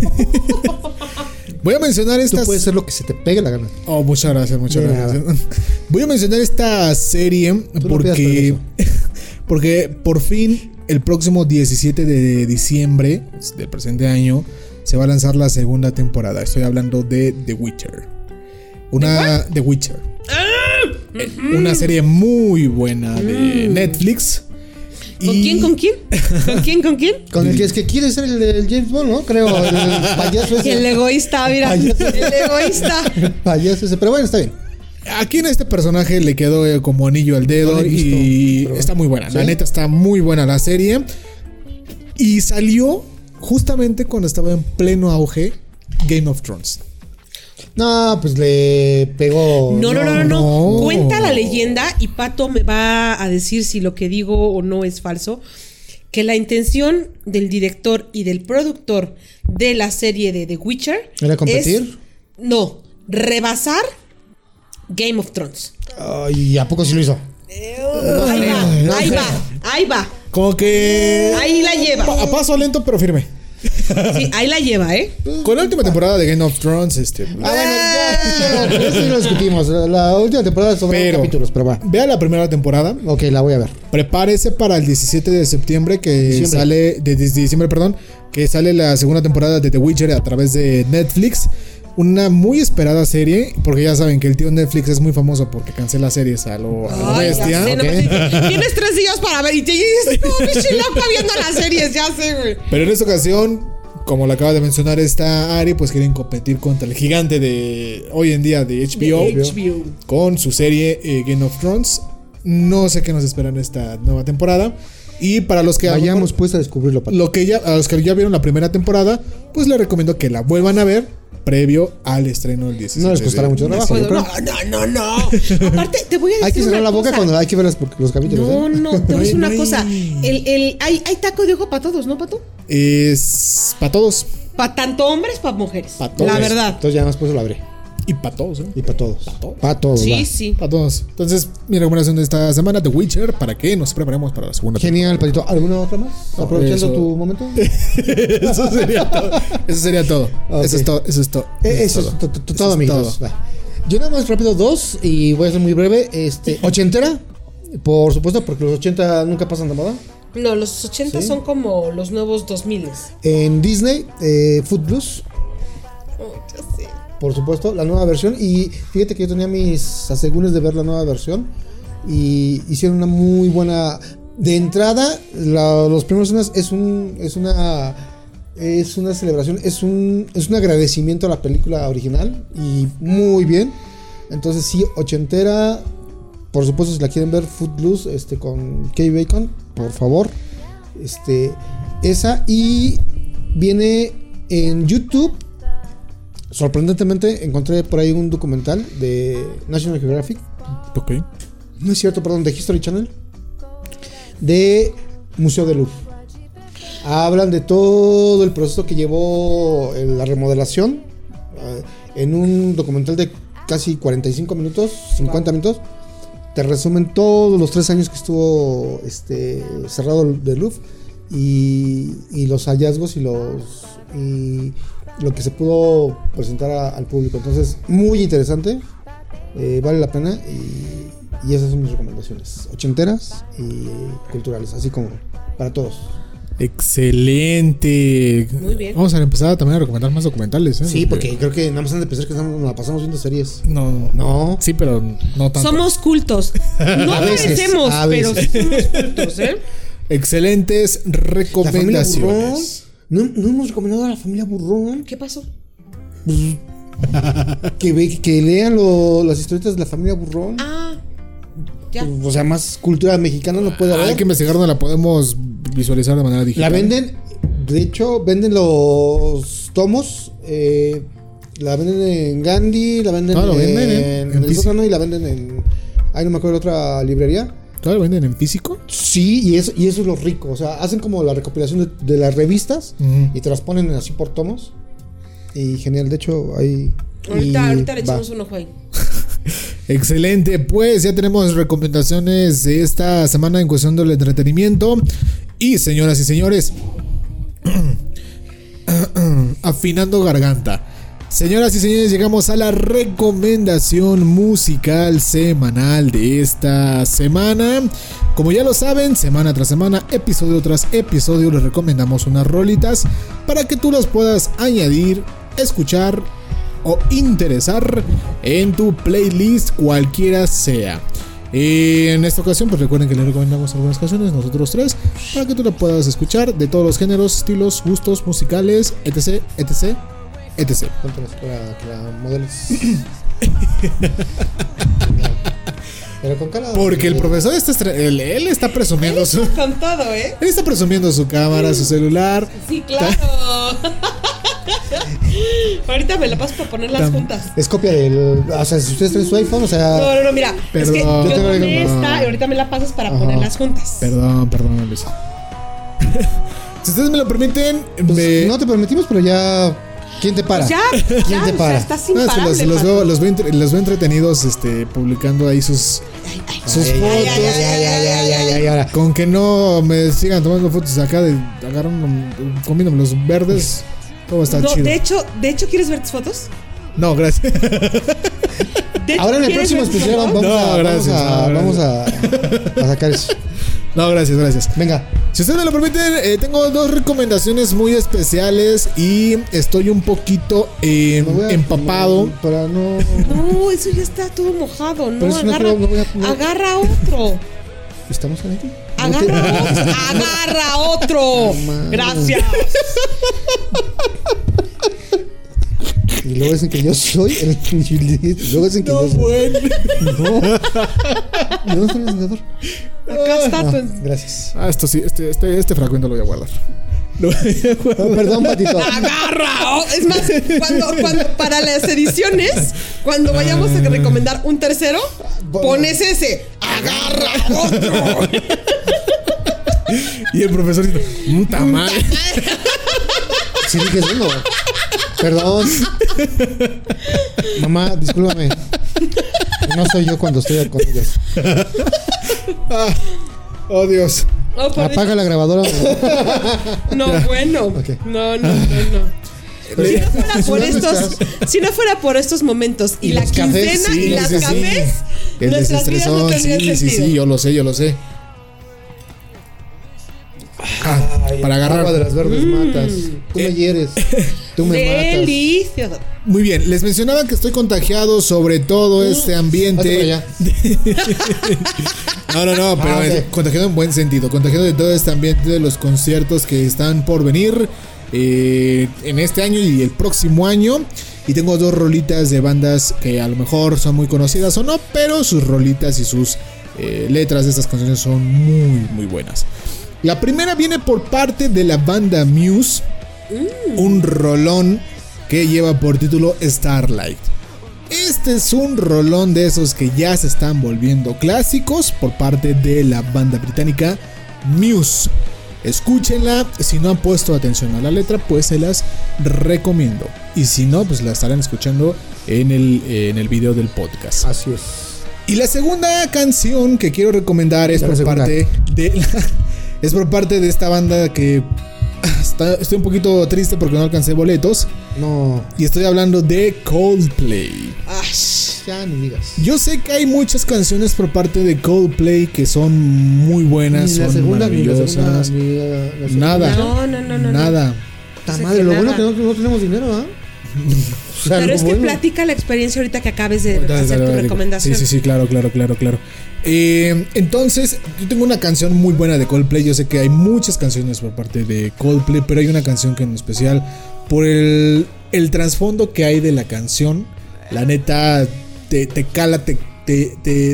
Voy a mencionar Tú estas. puedes hacer lo que se te pegue la gana. Oh, muchas gracias, muchas De gracias. Voy a mencionar esta serie no pidas porque, porque por fin el próximo diecisiete de diciembre del presente año se va a lanzar la segunda temporada. Estoy hablando de The Witcher. Una The Witcher. Eh, Una serie muy buena de Mm. Netflix. ¿Con Y- quién? ¿Con quién? ¿Con quién? ¿Con quién? Con el que es que quiere ser el, el James Bond, ¿no? Creo. El, el payaso ese. El egoísta, mira. El egoísta. El payaso ese. Pero bueno, está bien. Aquí en este personaje le quedó eh, como anillo al dedo No la he visto, y pero- está muy buena. La ¿Sí? neta está muy buena la serie. Y salió justamente cuando estaba en pleno auge Game of Thrones. No, pues le pegó. No, no, no, no, no. no. Cuenta la leyenda y Pato me va a decir si lo que digo o no es falso. Que la intención del director y del productor de la serie de The Witcher ¿Era competir? es, no, rebasar Game of Thrones. Ay, ¿a poco sí lo hizo? Ahí va, no ahí sé. va, ahí va. Como que Ahí la lleva. pa- a paso lento pero firme. Sí, ahí la lleva, ¿eh? Con la última temporada de Game of Thrones, este. Ah, bueno, ya, ya, eso ya lo discutimos. La, la última temporada sobre Pero capítulos, pero va. vea la primera temporada. Ok, la voy a ver. Prepárese para el diecisiete de septiembre que Diciembre. sale de, de diciembre, perdón, que sale la segunda temporada de The Witcher a través de Netflix. Una muy esperada serie, porque ya saben que el tío Netflix es muy famoso porque cancela series a lo, a lo Ay, bestia. ya sé, no, ok. pues, tienes tres días para ver y te dices, no, bicho loca viendo las series, ya sé, güey. Pero en esta ocasión, como lo acaba de mencionar esta Ari, pues quieren competir contra el gigante de hoy en día de H B O, De H B O. con su serie eh, Game of Thrones. No sé qué nos espera en esta nueva temporada. Y para los que Vayamos pues a descubrirlo, Pato. lo que ya, a los que ya vieron la primera temporada, pues les recomiendo que la vuelvan a ver previo al estreno del diecisiete. No les costará de- mucho No, trabajo, yo creo. no, no, no, no. Aparte, te voy a decir Hay que cerrar una la boca cosa. cuando hay que ver los, los capítulos. No, ¿eh? no, te voy a decir No una hay- cosa. El, el, hay, hay taco de ojo para todos, ¿no, Pato? Es para todos. Para tanto hombres, para mujeres. Pa' todos. La verdad. Entonces ya más pues lo abrí. Y para todos, ¿eh? Y para todos. Pa' todos. Para todos. Sí, va. sí. Para todos. Entonces, mi recomendación de esta semana, The Witcher, para que nos preparemos para la segunda Genial, Patito. ¿Alguna otra más? No, Aprovechando eso- tu momento. temporada. Eso sería todo. Eso sería todo. Ok. Eso es todo. Eso es todo. Eh, Eso es to- to- Eso todo, es amigos. todo. Va. Yo nada más rápido dos y voy a ser muy breve. Este, ochentera, por supuesto, porque los ochenta nunca pasan de moda. No, los ochenta ¿Sí? son como los nuevos dos mil. En Disney, eh, Footloose, Oh, ya sé. por supuesto, la nueva versión. Y fíjate que yo tenía mis asegúnes de ver la nueva versión y hicieron una muy buena. De entrada, la- los primeros escenas es un es una Es una celebración, es un, es un agradecimiento a la película original y muy bien. Entonces sí, ochentera. Por supuesto, si la quieren ver, Footloose, este, con Kevin Bacon, por favor. Este, esa. Y viene en YouTube. Sorprendentemente encontré por ahí un documental de National Geographic. Ok. No es cierto, perdón, de History Channel. De Museo del Louvre. Hablan de todo el proceso que llevó la remodelación. Uh, en un documental de casi cuarenta y cinco minutos, cincuenta minutos. Te resumen todos los tres años que estuvo este, cerrado el del Louvre. Y, y los hallazgos y los... Y, lo que se pudo presentar a, al público. Entonces, muy interesante, eh, vale la pena y, y esas son mis recomendaciones, ochenteras y culturales, así como para todos. Excelente. Muy bien. Vamos a empezar también a recomendar más documentales, ¿eh? Sí, porque creo que nada más han de pensar que estamos, nos la pasamos viendo series. No, no. Sí, pero no tanto. Somos cultos. No A veces, parecemos, a pero veces. sí somos cultos, ¿eh? Excelentes recomendaciones. No, no hemos recomendado a la familia Burrón. ¿Qué pasó? Que, ve, que lean lo, las historietas de la familia Burrón. Ah, ya. O sea, más cultura mexicana no puede haber. Hay que investigar, no la podemos visualizar de manera digital. La venden, de hecho, venden los tomos. Eh, la venden en Gandhi, la venden, Ah, lo venden, en, ¿eh? en En el físico. Sótano y la venden en. Ay, no me acuerdo, otra librería. ¿Todavía lo venden en físico? Sí, y eso, y eso es lo rico. O sea, hacen como la recopilación de, de las revistas Uh-huh. y te las ponen así por tomos. Y genial, de hecho, ahí. Ahorita, ahorita le va. echamos un ojo ahí. Excelente, pues ya tenemos recomendaciones de esta semana en cuestión del entretenimiento. Y señoras y señores, afinando garganta. Señoras y señores, llegamos a la recomendación musical semanal de esta semana. Como ya lo saben, semana tras semana, episodio tras episodio, les recomendamos unas rolitas para que tú las puedas añadir, escuchar o interesar en tu playlist, cualquiera sea. Eh, en esta ocasión, pues recuerden que les recomendamos algunas canciones, nosotros tres, para que tú la puedas escuchar de todos los géneros, estilos, gustos musicales, etc, etc, etc. Cuéntanos para que la modeles. Pero con cara. Porque el profesor está estre- él, él está presumiendo su, Con todo, ¿eh? él está presumiendo su cámara, su celular. Sí, claro. Ahorita me la paso para ponerlas Tam- juntas. Es copia del. O sea, si ustedes traen su iPhone, o sea. No, no, no, mira. Perdón. Es que Yo yo tengo tomé que- esta no. y ahorita me la pasas para Ajá. ponerlas juntas. Perdón, perdón, Luis. Si ustedes me lo permiten, Pues, me... no te permitimos, pero ya. ¿Quién te para? Ya, ¿Quién ya, te o para? sea, estás No, es que imparable, los, los Pato. veo, los, veo entre- los veo entretenidos este, publicando ahí sus, sus Ay, fotos. ay, ay, ay, ay, ay, ay, ay, ay, ahora. Con que no me sigan tomando fotos acá de agarrando, comiéndome los verdes. Todo está No, chido. de hecho, de hecho, ¿quieres ver tus fotos? No, gracias. De hecho, Ahora en el ¿quieres próximo ver tus especial fotos? vamos, No, a, gracias, vamos, a, no, vamos a, a sacar eso. No, gracias, gracias. Venga. Si ustedes me lo permiten, eh, tengo dos recomendaciones muy especiales y estoy un poquito eh, Me voy a- empapado. no, para no. No, eso ya está todo mojado. No, Pero eso no agarra, creo, no voy a- no. agarra otro. ¿Estamos en aquí? Agarra otro. Agarra otro. No, man. Gracias. Y luego dicen que yo soy el. y luego dicen que No, yo soy. bueno. No. ¿Dónde está el encendedor? Acá está Ah, tu. gracias. Ah, esto sí, este, este, este fragmento lo voy a guardar. Lo voy a guardar. Oh, perdón, Patito. Agarra. o- Es más, cuando, cuando para las ediciones, cuando vayamos a recomendar un tercero, pones ese. Agarra otro. Y el profesor dice, puta madre. Sí, dije eso. Perdón. Mamá, discúlpame. No soy yo cuando estoy con ellos. Ah, oh, Dios. Oh, por Apaga la grabadora. No, bueno. Ok. No, no, no, no. Si no fuera por estos, si no fuera por estos momentos y, Y la los cafés, quincena sí, y las sí, sí. cafés, El nuestras vidas no desestresón, tendrían sí, sí, sentido. sí, yo lo sé, yo lo sé. Ah, para agarrar. Agua de las verdes matas. Tú me hieres. Tú me matas. Delicioso. Muy bien, les mencionaba que estoy contagiado sobre todo este Hazte ambiente. para allá. No, no, no, pero Ah, ok. es contagiado en buen sentido. Contagiado de todo este ambiente de los conciertos que están por venir. eh, en este año y el próximo año. Y tengo dos rolitas de bandas que a lo mejor son muy conocidas o no, pero sus rolitas y sus eh, letras de estas canciones son muy, muy buenas. La primera viene por parte de la banda Muse, mm. un rolón que lleva por título Starlight. Este es un rolón de esos que ya se están volviendo clásicos por parte de la banda británica Muse. Escúchenla, si no han puesto atención a la letra, pues se las recomiendo. Y si no, pues la estarán escuchando en el, en el video del podcast. Así es. Y la segunda canción que quiero recomendar es por parte de la, es por parte de esta banda que está, estoy un poquito triste porque no alcancé boletos. No. Y estoy hablando de Coldplay. Ash, ya ni digas. Yo sé que hay muchas canciones por parte de Coldplay que son muy buenas, ni la son segunda, maravillosas. Ni la segunda, ni la, la nada. No, no, no, no. Nada. Ta madre, lo bueno que no, no tenemos dinero, ¿ah? ¿eh? O sea, pero es bueno. Que platica la experiencia ahorita que acabes de dale, hacer dale, tu dale, recomendación. Sí, sí, sí, claro, claro, claro, claro. Eh, entonces, yo tengo una canción muy buena de Coldplay. Yo sé que hay muchas canciones por parte de Coldplay, pero hay una canción que en especial, por el, el trasfondo que hay de la canción, la neta te, te cala, te, te, te,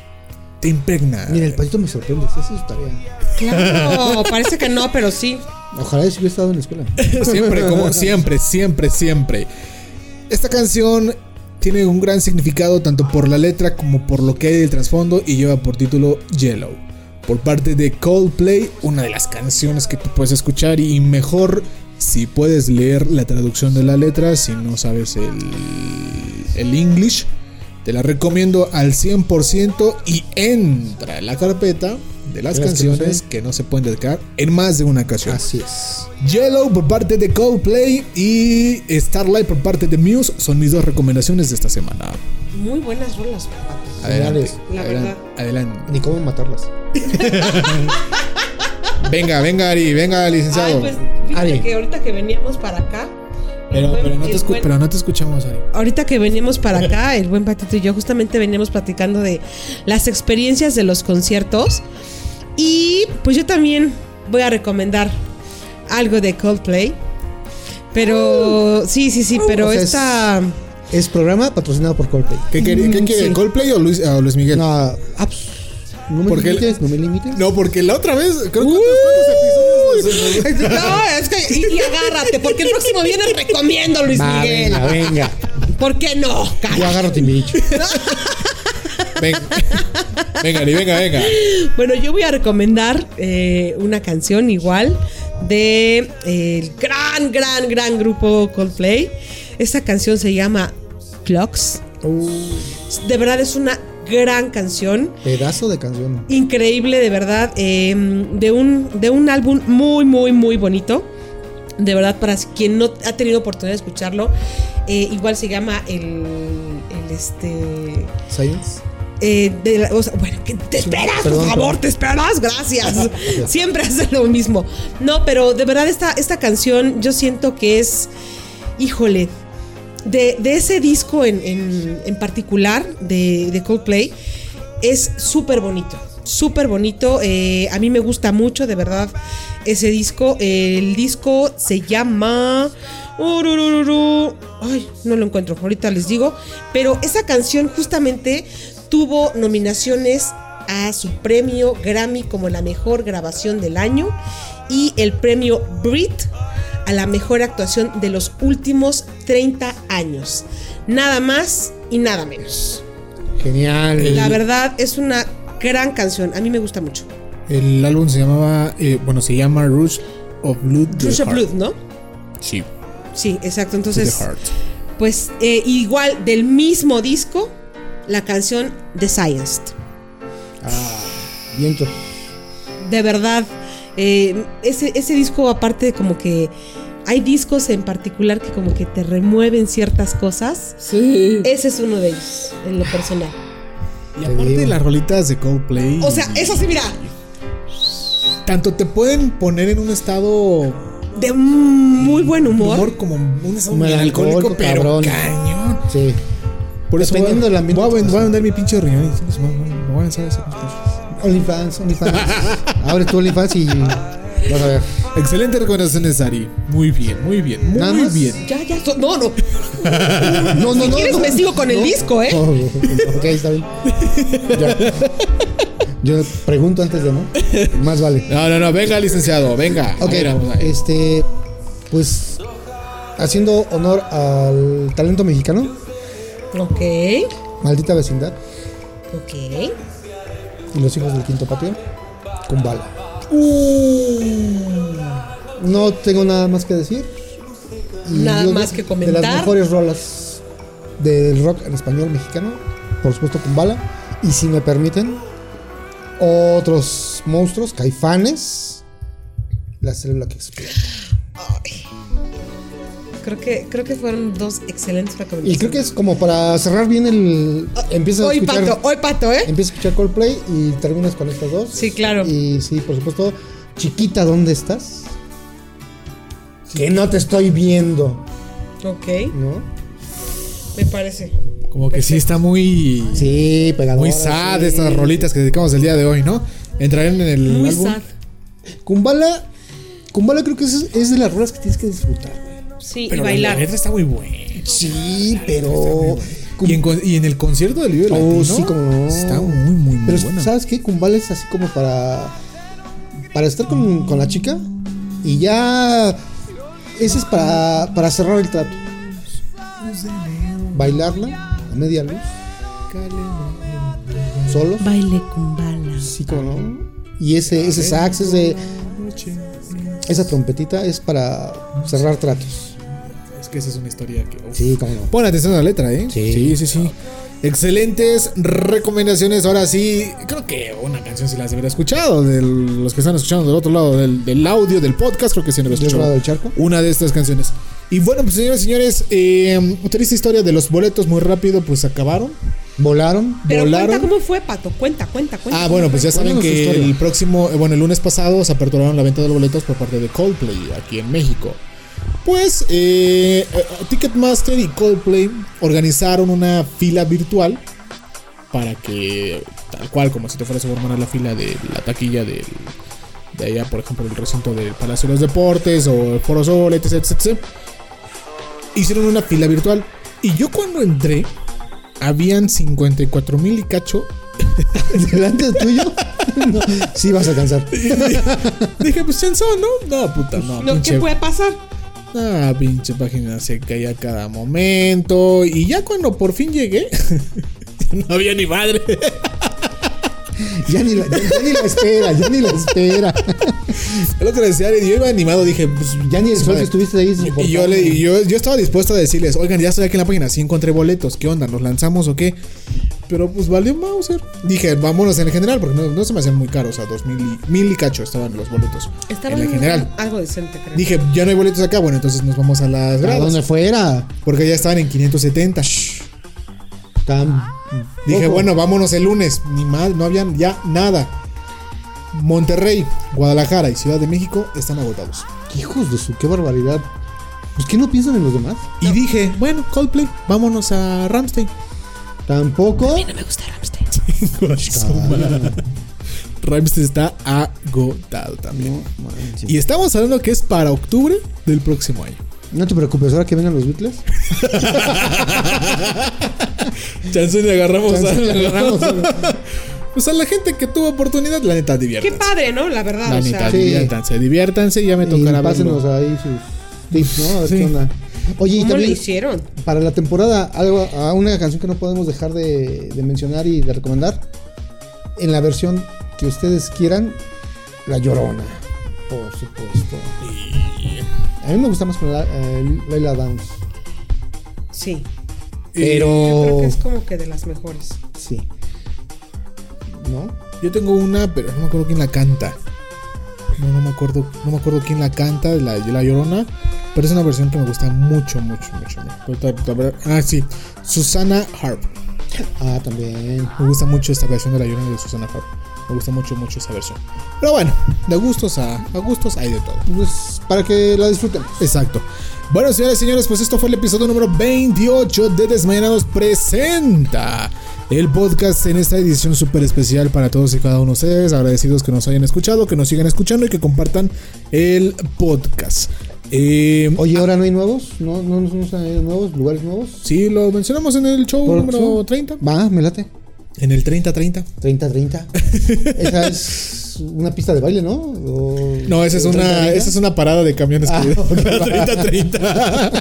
te impregna. Mira, el pasito me sorprende, sí, eso estaría. Claro, parece que no, pero sí. Ojalá yo hubiera estado en la escuela. Siempre, como siempre, siempre, siempre. Esta canción tiene un gran significado tanto por la letra como por lo que hay del trasfondo y lleva por título Yellow. Por parte de Coldplay, una de las canciones que tú puedes escuchar y mejor si puedes leer la traducción de la letra, si no sabes el, el English. Te la recomiendo al cien por ciento y entra en la carpeta de las canciones que no se pueden dedicar en más de una ocasión. Así es. Yellow por parte de Coldplay y Starlight por parte de Muse son mis dos recomendaciones de esta semana. Muy buenas rolas. Adelante. La adelante, verdad. Adelante. Ni cómo matarlas. Venga, venga Ari, venga licenciado. Ay, pues fíjate Ari. Que ahorita que veníamos para acá. Pero, buen, pero, no te escu- buen, pero no te escuchamos, Ari. Ahorita que veníamos para acá, el buen Patito y yo justamente veníamos platicando de las experiencias de los conciertos. Y pues yo también voy a recomendar algo de Coldplay. Pero, uh, sí, sí, sí, pero uh, o sea, esta... Es, es programa patrocinado por Coldplay. ¿Qué, qué, qué quiere? Sí. ¿Coldplay o Luis, uh, Luis Miguel? No, ah, pues, no me limites, el, no me limites. No, porque la otra vez, creo que uh, ¿cuántos episodios? No, es que, y, y agárrate, porque el próximo viene recomiendo Luis Va, Miguel. Venga, venga. ¿Por qué no? Cállate. Yo agárrate, mi bicho. Venga, venga, venga, venga. Bueno, yo voy a recomendar eh, una canción igual de eh, el gran, gran, gran grupo Coldplay. Esta canción se llama Clocks. Uh. De verdad es una gran canción. Pedazo de canción. Increíble, de verdad. Eh, de un, de un álbum muy, muy, muy bonito. De verdad, para quien no ha tenido oportunidad de escucharlo, eh, igual se llama el, el este. Science. Eh, de la, o sea, bueno, ¿qué te esperas? Perdón, por favor, perdón. ¿Te esperas? Gracias. Siempre hace lo mismo. No, pero de verdad esta, esta canción yo siento que es, híjole, de, de ese disco en, en, en particular de, de Coldplay, es súper bonito. Súper bonito. Eh, a mí me gusta mucho, de verdad, ese disco. El disco se llama... Ay, no lo encuentro, ahorita les digo. Pero esa canción justamente tuvo nominaciones a su premio Grammy como la mejor grabación del año y el premio Brit a la mejor actuación de los últimos treinta años. Nada más y nada menos. Genial. La verdad es una gran canción, a mí me gusta mucho. El álbum se llamaba, eh, bueno, se llama Rush of Blood. Rush of Blood, ¿no? Sí. Sí, exacto. Entonces, pues eh, igual del mismo disco, la canción The Science. Ah, viento. De verdad, eh, ese, ese disco aparte de como que hay discos en particular que como que te remueven ciertas cosas. Sí. Ese es uno de ellos, en lo personal. Y aparte de las rolitas de Coldplay. O sea, eso sí, mira. Tanto te pueden poner en un estado de muy buen humor. humor como un estado melancólico, pero cabrón. Cañón. Sí. Por eso dependiendo del ambiente. Voy a, voy a vender mi pinche riñón y me voy a lanzar ese. OnlyFans, OnlyFans. Abre tu OnlyFans y vas a ver. Excelente recomendación, Sari. Muy bien, muy bien, muy ¿Nada más? bien. Ya, ya. so- no, no. No, no, Si no. quieres, no, me sigo con el no. disco, ¿eh? Oh, ok, está bien. Ya. Yo pregunto antes de no. Más vale. No, no, no, venga, licenciado, venga. Ok, A ver, vamos a ver. este. Pues. Haciendo honor al talento mexicano, Ok. Maldita Vecindad Ok. y Los Hijos del Quinto Patio, Kumbala. No tengo nada más que decir. Y Nada yo más de- que comentar. De las mejores rolas del rock en español mexicano, por supuesto Kumbala. Y si me permiten, otros monstruos, Caifanes, La Célula que Explota. Ay. Creo que, creo que fueron dos excelentes recomendaciones. Y creo que es como para cerrar bien el. Empiezas a Hoy escuchar. pato, hoy pato, ¿eh? Empiezas a escuchar Coldplay y terminas con estas dos. Sí, claro. Y sí, por supuesto, Chiquita, ¿dónde estás? Que no te estoy viendo, Ok, ¿no? me parece. Como que sí está muy. Sí, pegadora. Muy sad sí. estas rolitas que dedicamos el día de hoy, ¿no? Entrarían en el Muy álbum. sad. Kumbala. Kumbala creo que es, es de las rolas que tienes que disfrutar, güey. Sí, Pero y la- bailar. la letra está muy buena. Sí, pero. Y en, con- y en el concierto del Vive Oh, Latino sí, como no. está muy, muy, muy Pero bueno. ¿sabes qué? Kumbala es así como para. Para estar con, con la chica. Y ya. Ese es para, para cerrar el trato. Bailarla a media luz. Solos. Baile con bala. Sí, como no. Y ese, ese sax, ese, esa trompetita es para cerrar tratos. Es que esa es una historia que. uf. Sí, como no. Pon atención a la letra, ¿eh? Sí. sí, sí. sí. Excelentes recomendaciones. Ahora sí, creo que una canción sí la has de haber escuchado. De los que están escuchando del otro lado del, del audio, del podcast, creo que sí han de haber ¿Del otro lado escuchado del charco? una de estas canciones. Y bueno, pues señores y señores, eh, triste historia de los boletos muy rápido, pues acabaron. Volaron. Pero Volaron. cuenta cómo fue, Pato. Cuenta, cuenta, cuenta. Ah, bueno, pues ya saben Cuéntanos su que historia. el próximo, eh, bueno, el lunes pasado se aperturaron la venta de los boletos por parte de Coldplay aquí en México. Pues eh, eh, Ticketmaster y Coldplay organizaron una fila virtual para que, tal cual, como si te fueras a formar a la fila de la taquilla del, de allá, por ejemplo, el recinto del Palacio de los Deportes o el Foro Sol, etc, etcétera, hicieron una fila virtual. Y yo cuando entré, habían cincuenta y cuatro mil y cacho. ¿Delante de tuyo? No, sí vas a cansar. Dije, pues chanzón, ¿no? No, puta, no. No, pinche, ¿qué puede pasar? Ah, pinche página se caía a cada momento. Y ya cuando por fin llegué, no había ni madre. Ya ni, la, ya, ya ni la espera, ya ni la espera. Es lo que decía, y yo iba animado, dije, pues Ya ni el sol madre. que estuviste ahí. Y, y yo, le, y yo, yo estaba dispuesto a decirles, oigan, ya estoy aquí en la página, sí encontré boletos, ¿qué onda? ¿Nos lanzamos o qué? Pero pues valió Mauser. Dije, vámonos en el general, porque no, no se me hacían muy caros, o sea, dos mil y, mil y cacho estaban los boletos. Estaban en el general. algo decente, creo. Dije, ya no hay boletos acá, bueno, entonces nos vamos a las A gradas. donde fuera. Porque ya estaban en quinientos setenta. Tan. Dije, poco. bueno, vámonos el lunes. Ni más, no habían ya nada. Monterrey, Guadalajara y Ciudad de México están agotados. Hijos de su, qué barbaridad. Pues ¿qué no piensan en los demás? Y dije, bueno, Coldplay, vámonos a Ramstein. Tampoco. A mí no me gusta Ramstein. Ramstein está agotado también. No, manches. Y estamos hablando que es para octubre del próximo año. No te preocupes, ahora que vengan los Beatles. Chance le agarramos, Chance a, le agarramos pues a la gente que tuvo oportunidad, la neta, Qué diviértanse. padre, ¿no? La verdad, La o neta, sea. sí. diviértanse, diviértanse, ya me Y tocará pásenos verlo. ahí sus tips, ¿no? A ver Sí. qué onda. Oye, y ¿Cómo lo también hicieron? para la temporada, algo, a una canción que no podemos dejar de, de mencionar y de recomendar. En la versión que ustedes quieran, La Llorona, por supuesto. A mí me gusta más con la, eh, Layla Downs. Sí. Pero. Yo creo que es como que de las mejores. Sí. ¿No? Yo tengo una, pero no me acuerdo quién la canta. No, no me acuerdo, no me acuerdo quién la canta, la, la Llorona. Pero es una versión que me gusta mucho, mucho, mucho. mucho. Ah, sí. Susana Harp. Ah, también. Me gusta mucho esta versión de la Llorona de Susana Harp. Me gusta mucho, mucho esa versión. Pero bueno, de gustos a, a gustos hay de todo. Pues para que la disfruten. Exacto. Bueno, señores y señores, pues esto fue el episodio número veintiocho de Desmañanados Presenta, el podcast en esta edición súper especial para todos y cada uno de ustedes. Agradecidos que nos hayan escuchado, que nos sigan escuchando y que compartan el podcast. Eh, Oye, ¿ahora no hay nuevos? ¿No, no, no, no hay nuevos? ¿Lugares nuevos? Sí, lo mencionamos en el show número treinta. Va, me late. En el treinta treinta. treinta treinta. Esa es una pista de baile, ¿no? O... No, esa es una, esa es una parada de camiones. Ah, que okay. treinta treinta.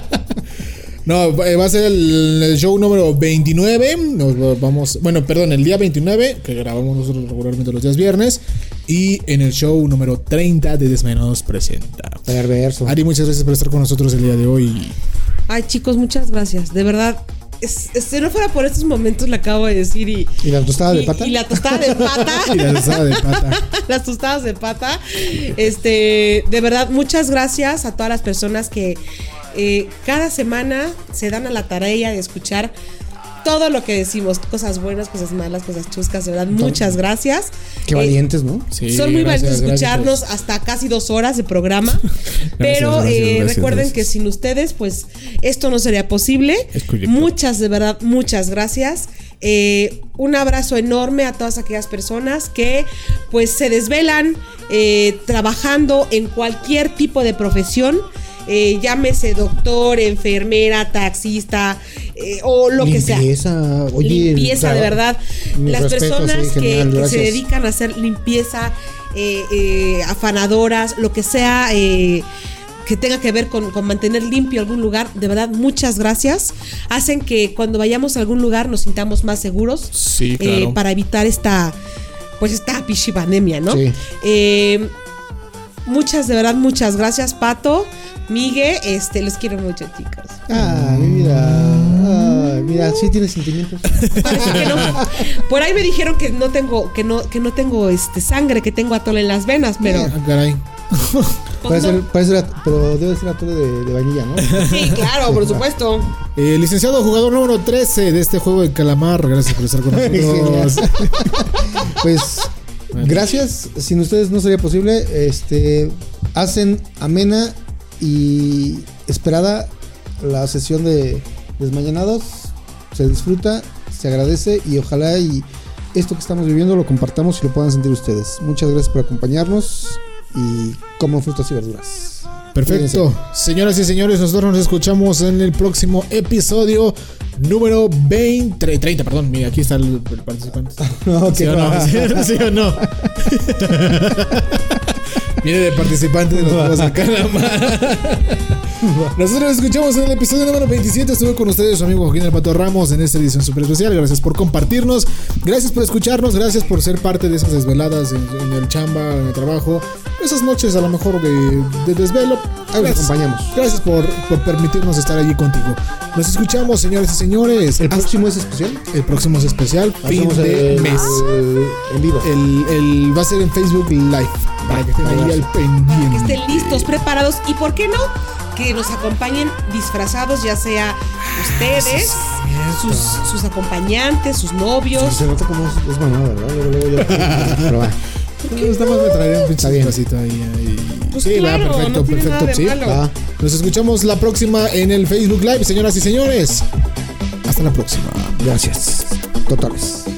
No, va a ser el, el show número veintinueve. Nos vamos, bueno, perdón, el día veintinueve, que grabamos nosotros regularmente los días viernes. Y en el show número treinta de Desmañanados Presenta. Perverso. Ari, muchas gracias por estar con nosotros el día de hoy. Ay, chicos, muchas gracias. De verdad, es, es, si no fuera por estos momentos, le acabo de decir. ¿Y, ¿Y la tostada y, de pata? Y la tostada de pata. Y la tostada de pata. Las tostadas de pata. Este, de verdad, muchas gracias a todas las personas que eh, cada semana se dan a la tarea de escuchar todo lo que decimos, cosas buenas, cosas malas, cosas chuscas, de verdad, muchas gracias. Qué valientes, ¿no? Sí, son muy valientes escucharnos hasta casi dos horas de programa. Pero gracias, eh, gracias, recuerden gracias. que sin ustedes, pues, esto no sería posible. Muchas, de verdad, muchas gracias. Eh, un abrazo enorme a todas aquellas personas que, pues, se desvelan eh, trabajando en cualquier tipo de profesión. Eh, llámese doctor, enfermera, taxista eh, o lo limpieza, que sea. Oye, limpieza, de verdad. Las respeto, personas sí, que, genial, que se dedican a hacer limpieza, eh, eh, afanadoras, lo que sea eh, que tenga que ver con, con mantener limpio algún lugar, de verdad, muchas gracias. Hacen que cuando vayamos a algún lugar nos sintamos más seguros. Sí, claro. eh, para evitar esta, pues esta pichipandemia, ¿no? Sí. Eh, muchas, de verdad, muchas gracias, Pato. Migue, este, los quiero mucho, chicos. Ah, mi vida. Ah, mira, sí tienes sentimientos. Parece que no. Por ahí me dijeron que no tengo, que no, que no tengo este sangre, que tengo atole en las venas, pero. Ah, caray. Pues parece, no. parece, pero debe ser atole de, de vainilla, ¿no? Sí, claro, por supuesto. Eh, licenciado jugador número trece de este juego de calamar, gracias por estar con nosotros. Pues bueno. Gracias. Sin ustedes no sería posible. Este, hacen amena y esperada la sesión de Desmañanados. Se disfruta, se agradece y ojalá y esto que estamos viviendo lo compartamos y lo puedan sentir ustedes. Muchas gracias por acompañarnos y coman frutas y verduras. Perfecto. Fíjense. Señoras y señores, nosotros nos escuchamos en el próximo episodio número veinte, treinta, perdón, mira, aquí está el, el participante. No, ¿Sí, o no? ¿Sí, ¿Sí o no? Viene de participante de los juegos de calamar. Nosotros nos escuchamos en el episodio número veintisiete. Estuve con ustedes, su amigo Joaquín El Pato Ramos, en esta edición súper especial. Gracias por compartirnos, gracias por escucharnos, gracias por ser parte de esas desveladas en, en el chamba, en el trabajo, esas noches a lo mejor de, de desvelo. Ahí nos acompañamos. Gracias por, por permitirnos estar allí contigo. Nos escuchamos, señores y señores. ¿El próximo es especial? El próximo es especial, fin de el, mes. El, en vivo. El, el, va a ser en Facebook Live. Para que estén ahí al pendiente. Para que estén listos, preparados y, ¿por qué no? Que nos acompañen disfrazados, ya sea ustedes, sus, sus acompañantes, sus novios. Sí, se nota como es, es mamá, ¿verdad? Luego, luego yo, pero va. Nada más me traeré un pinche vasito ahí, ahí. Pues sí, claro, va, perfecto, no tiene perfecto. nada de Sí, malo. va. Nos escuchamos la próxima en el Facebook Live, señoras y señores. Hasta la próxima. Gracias. Totales.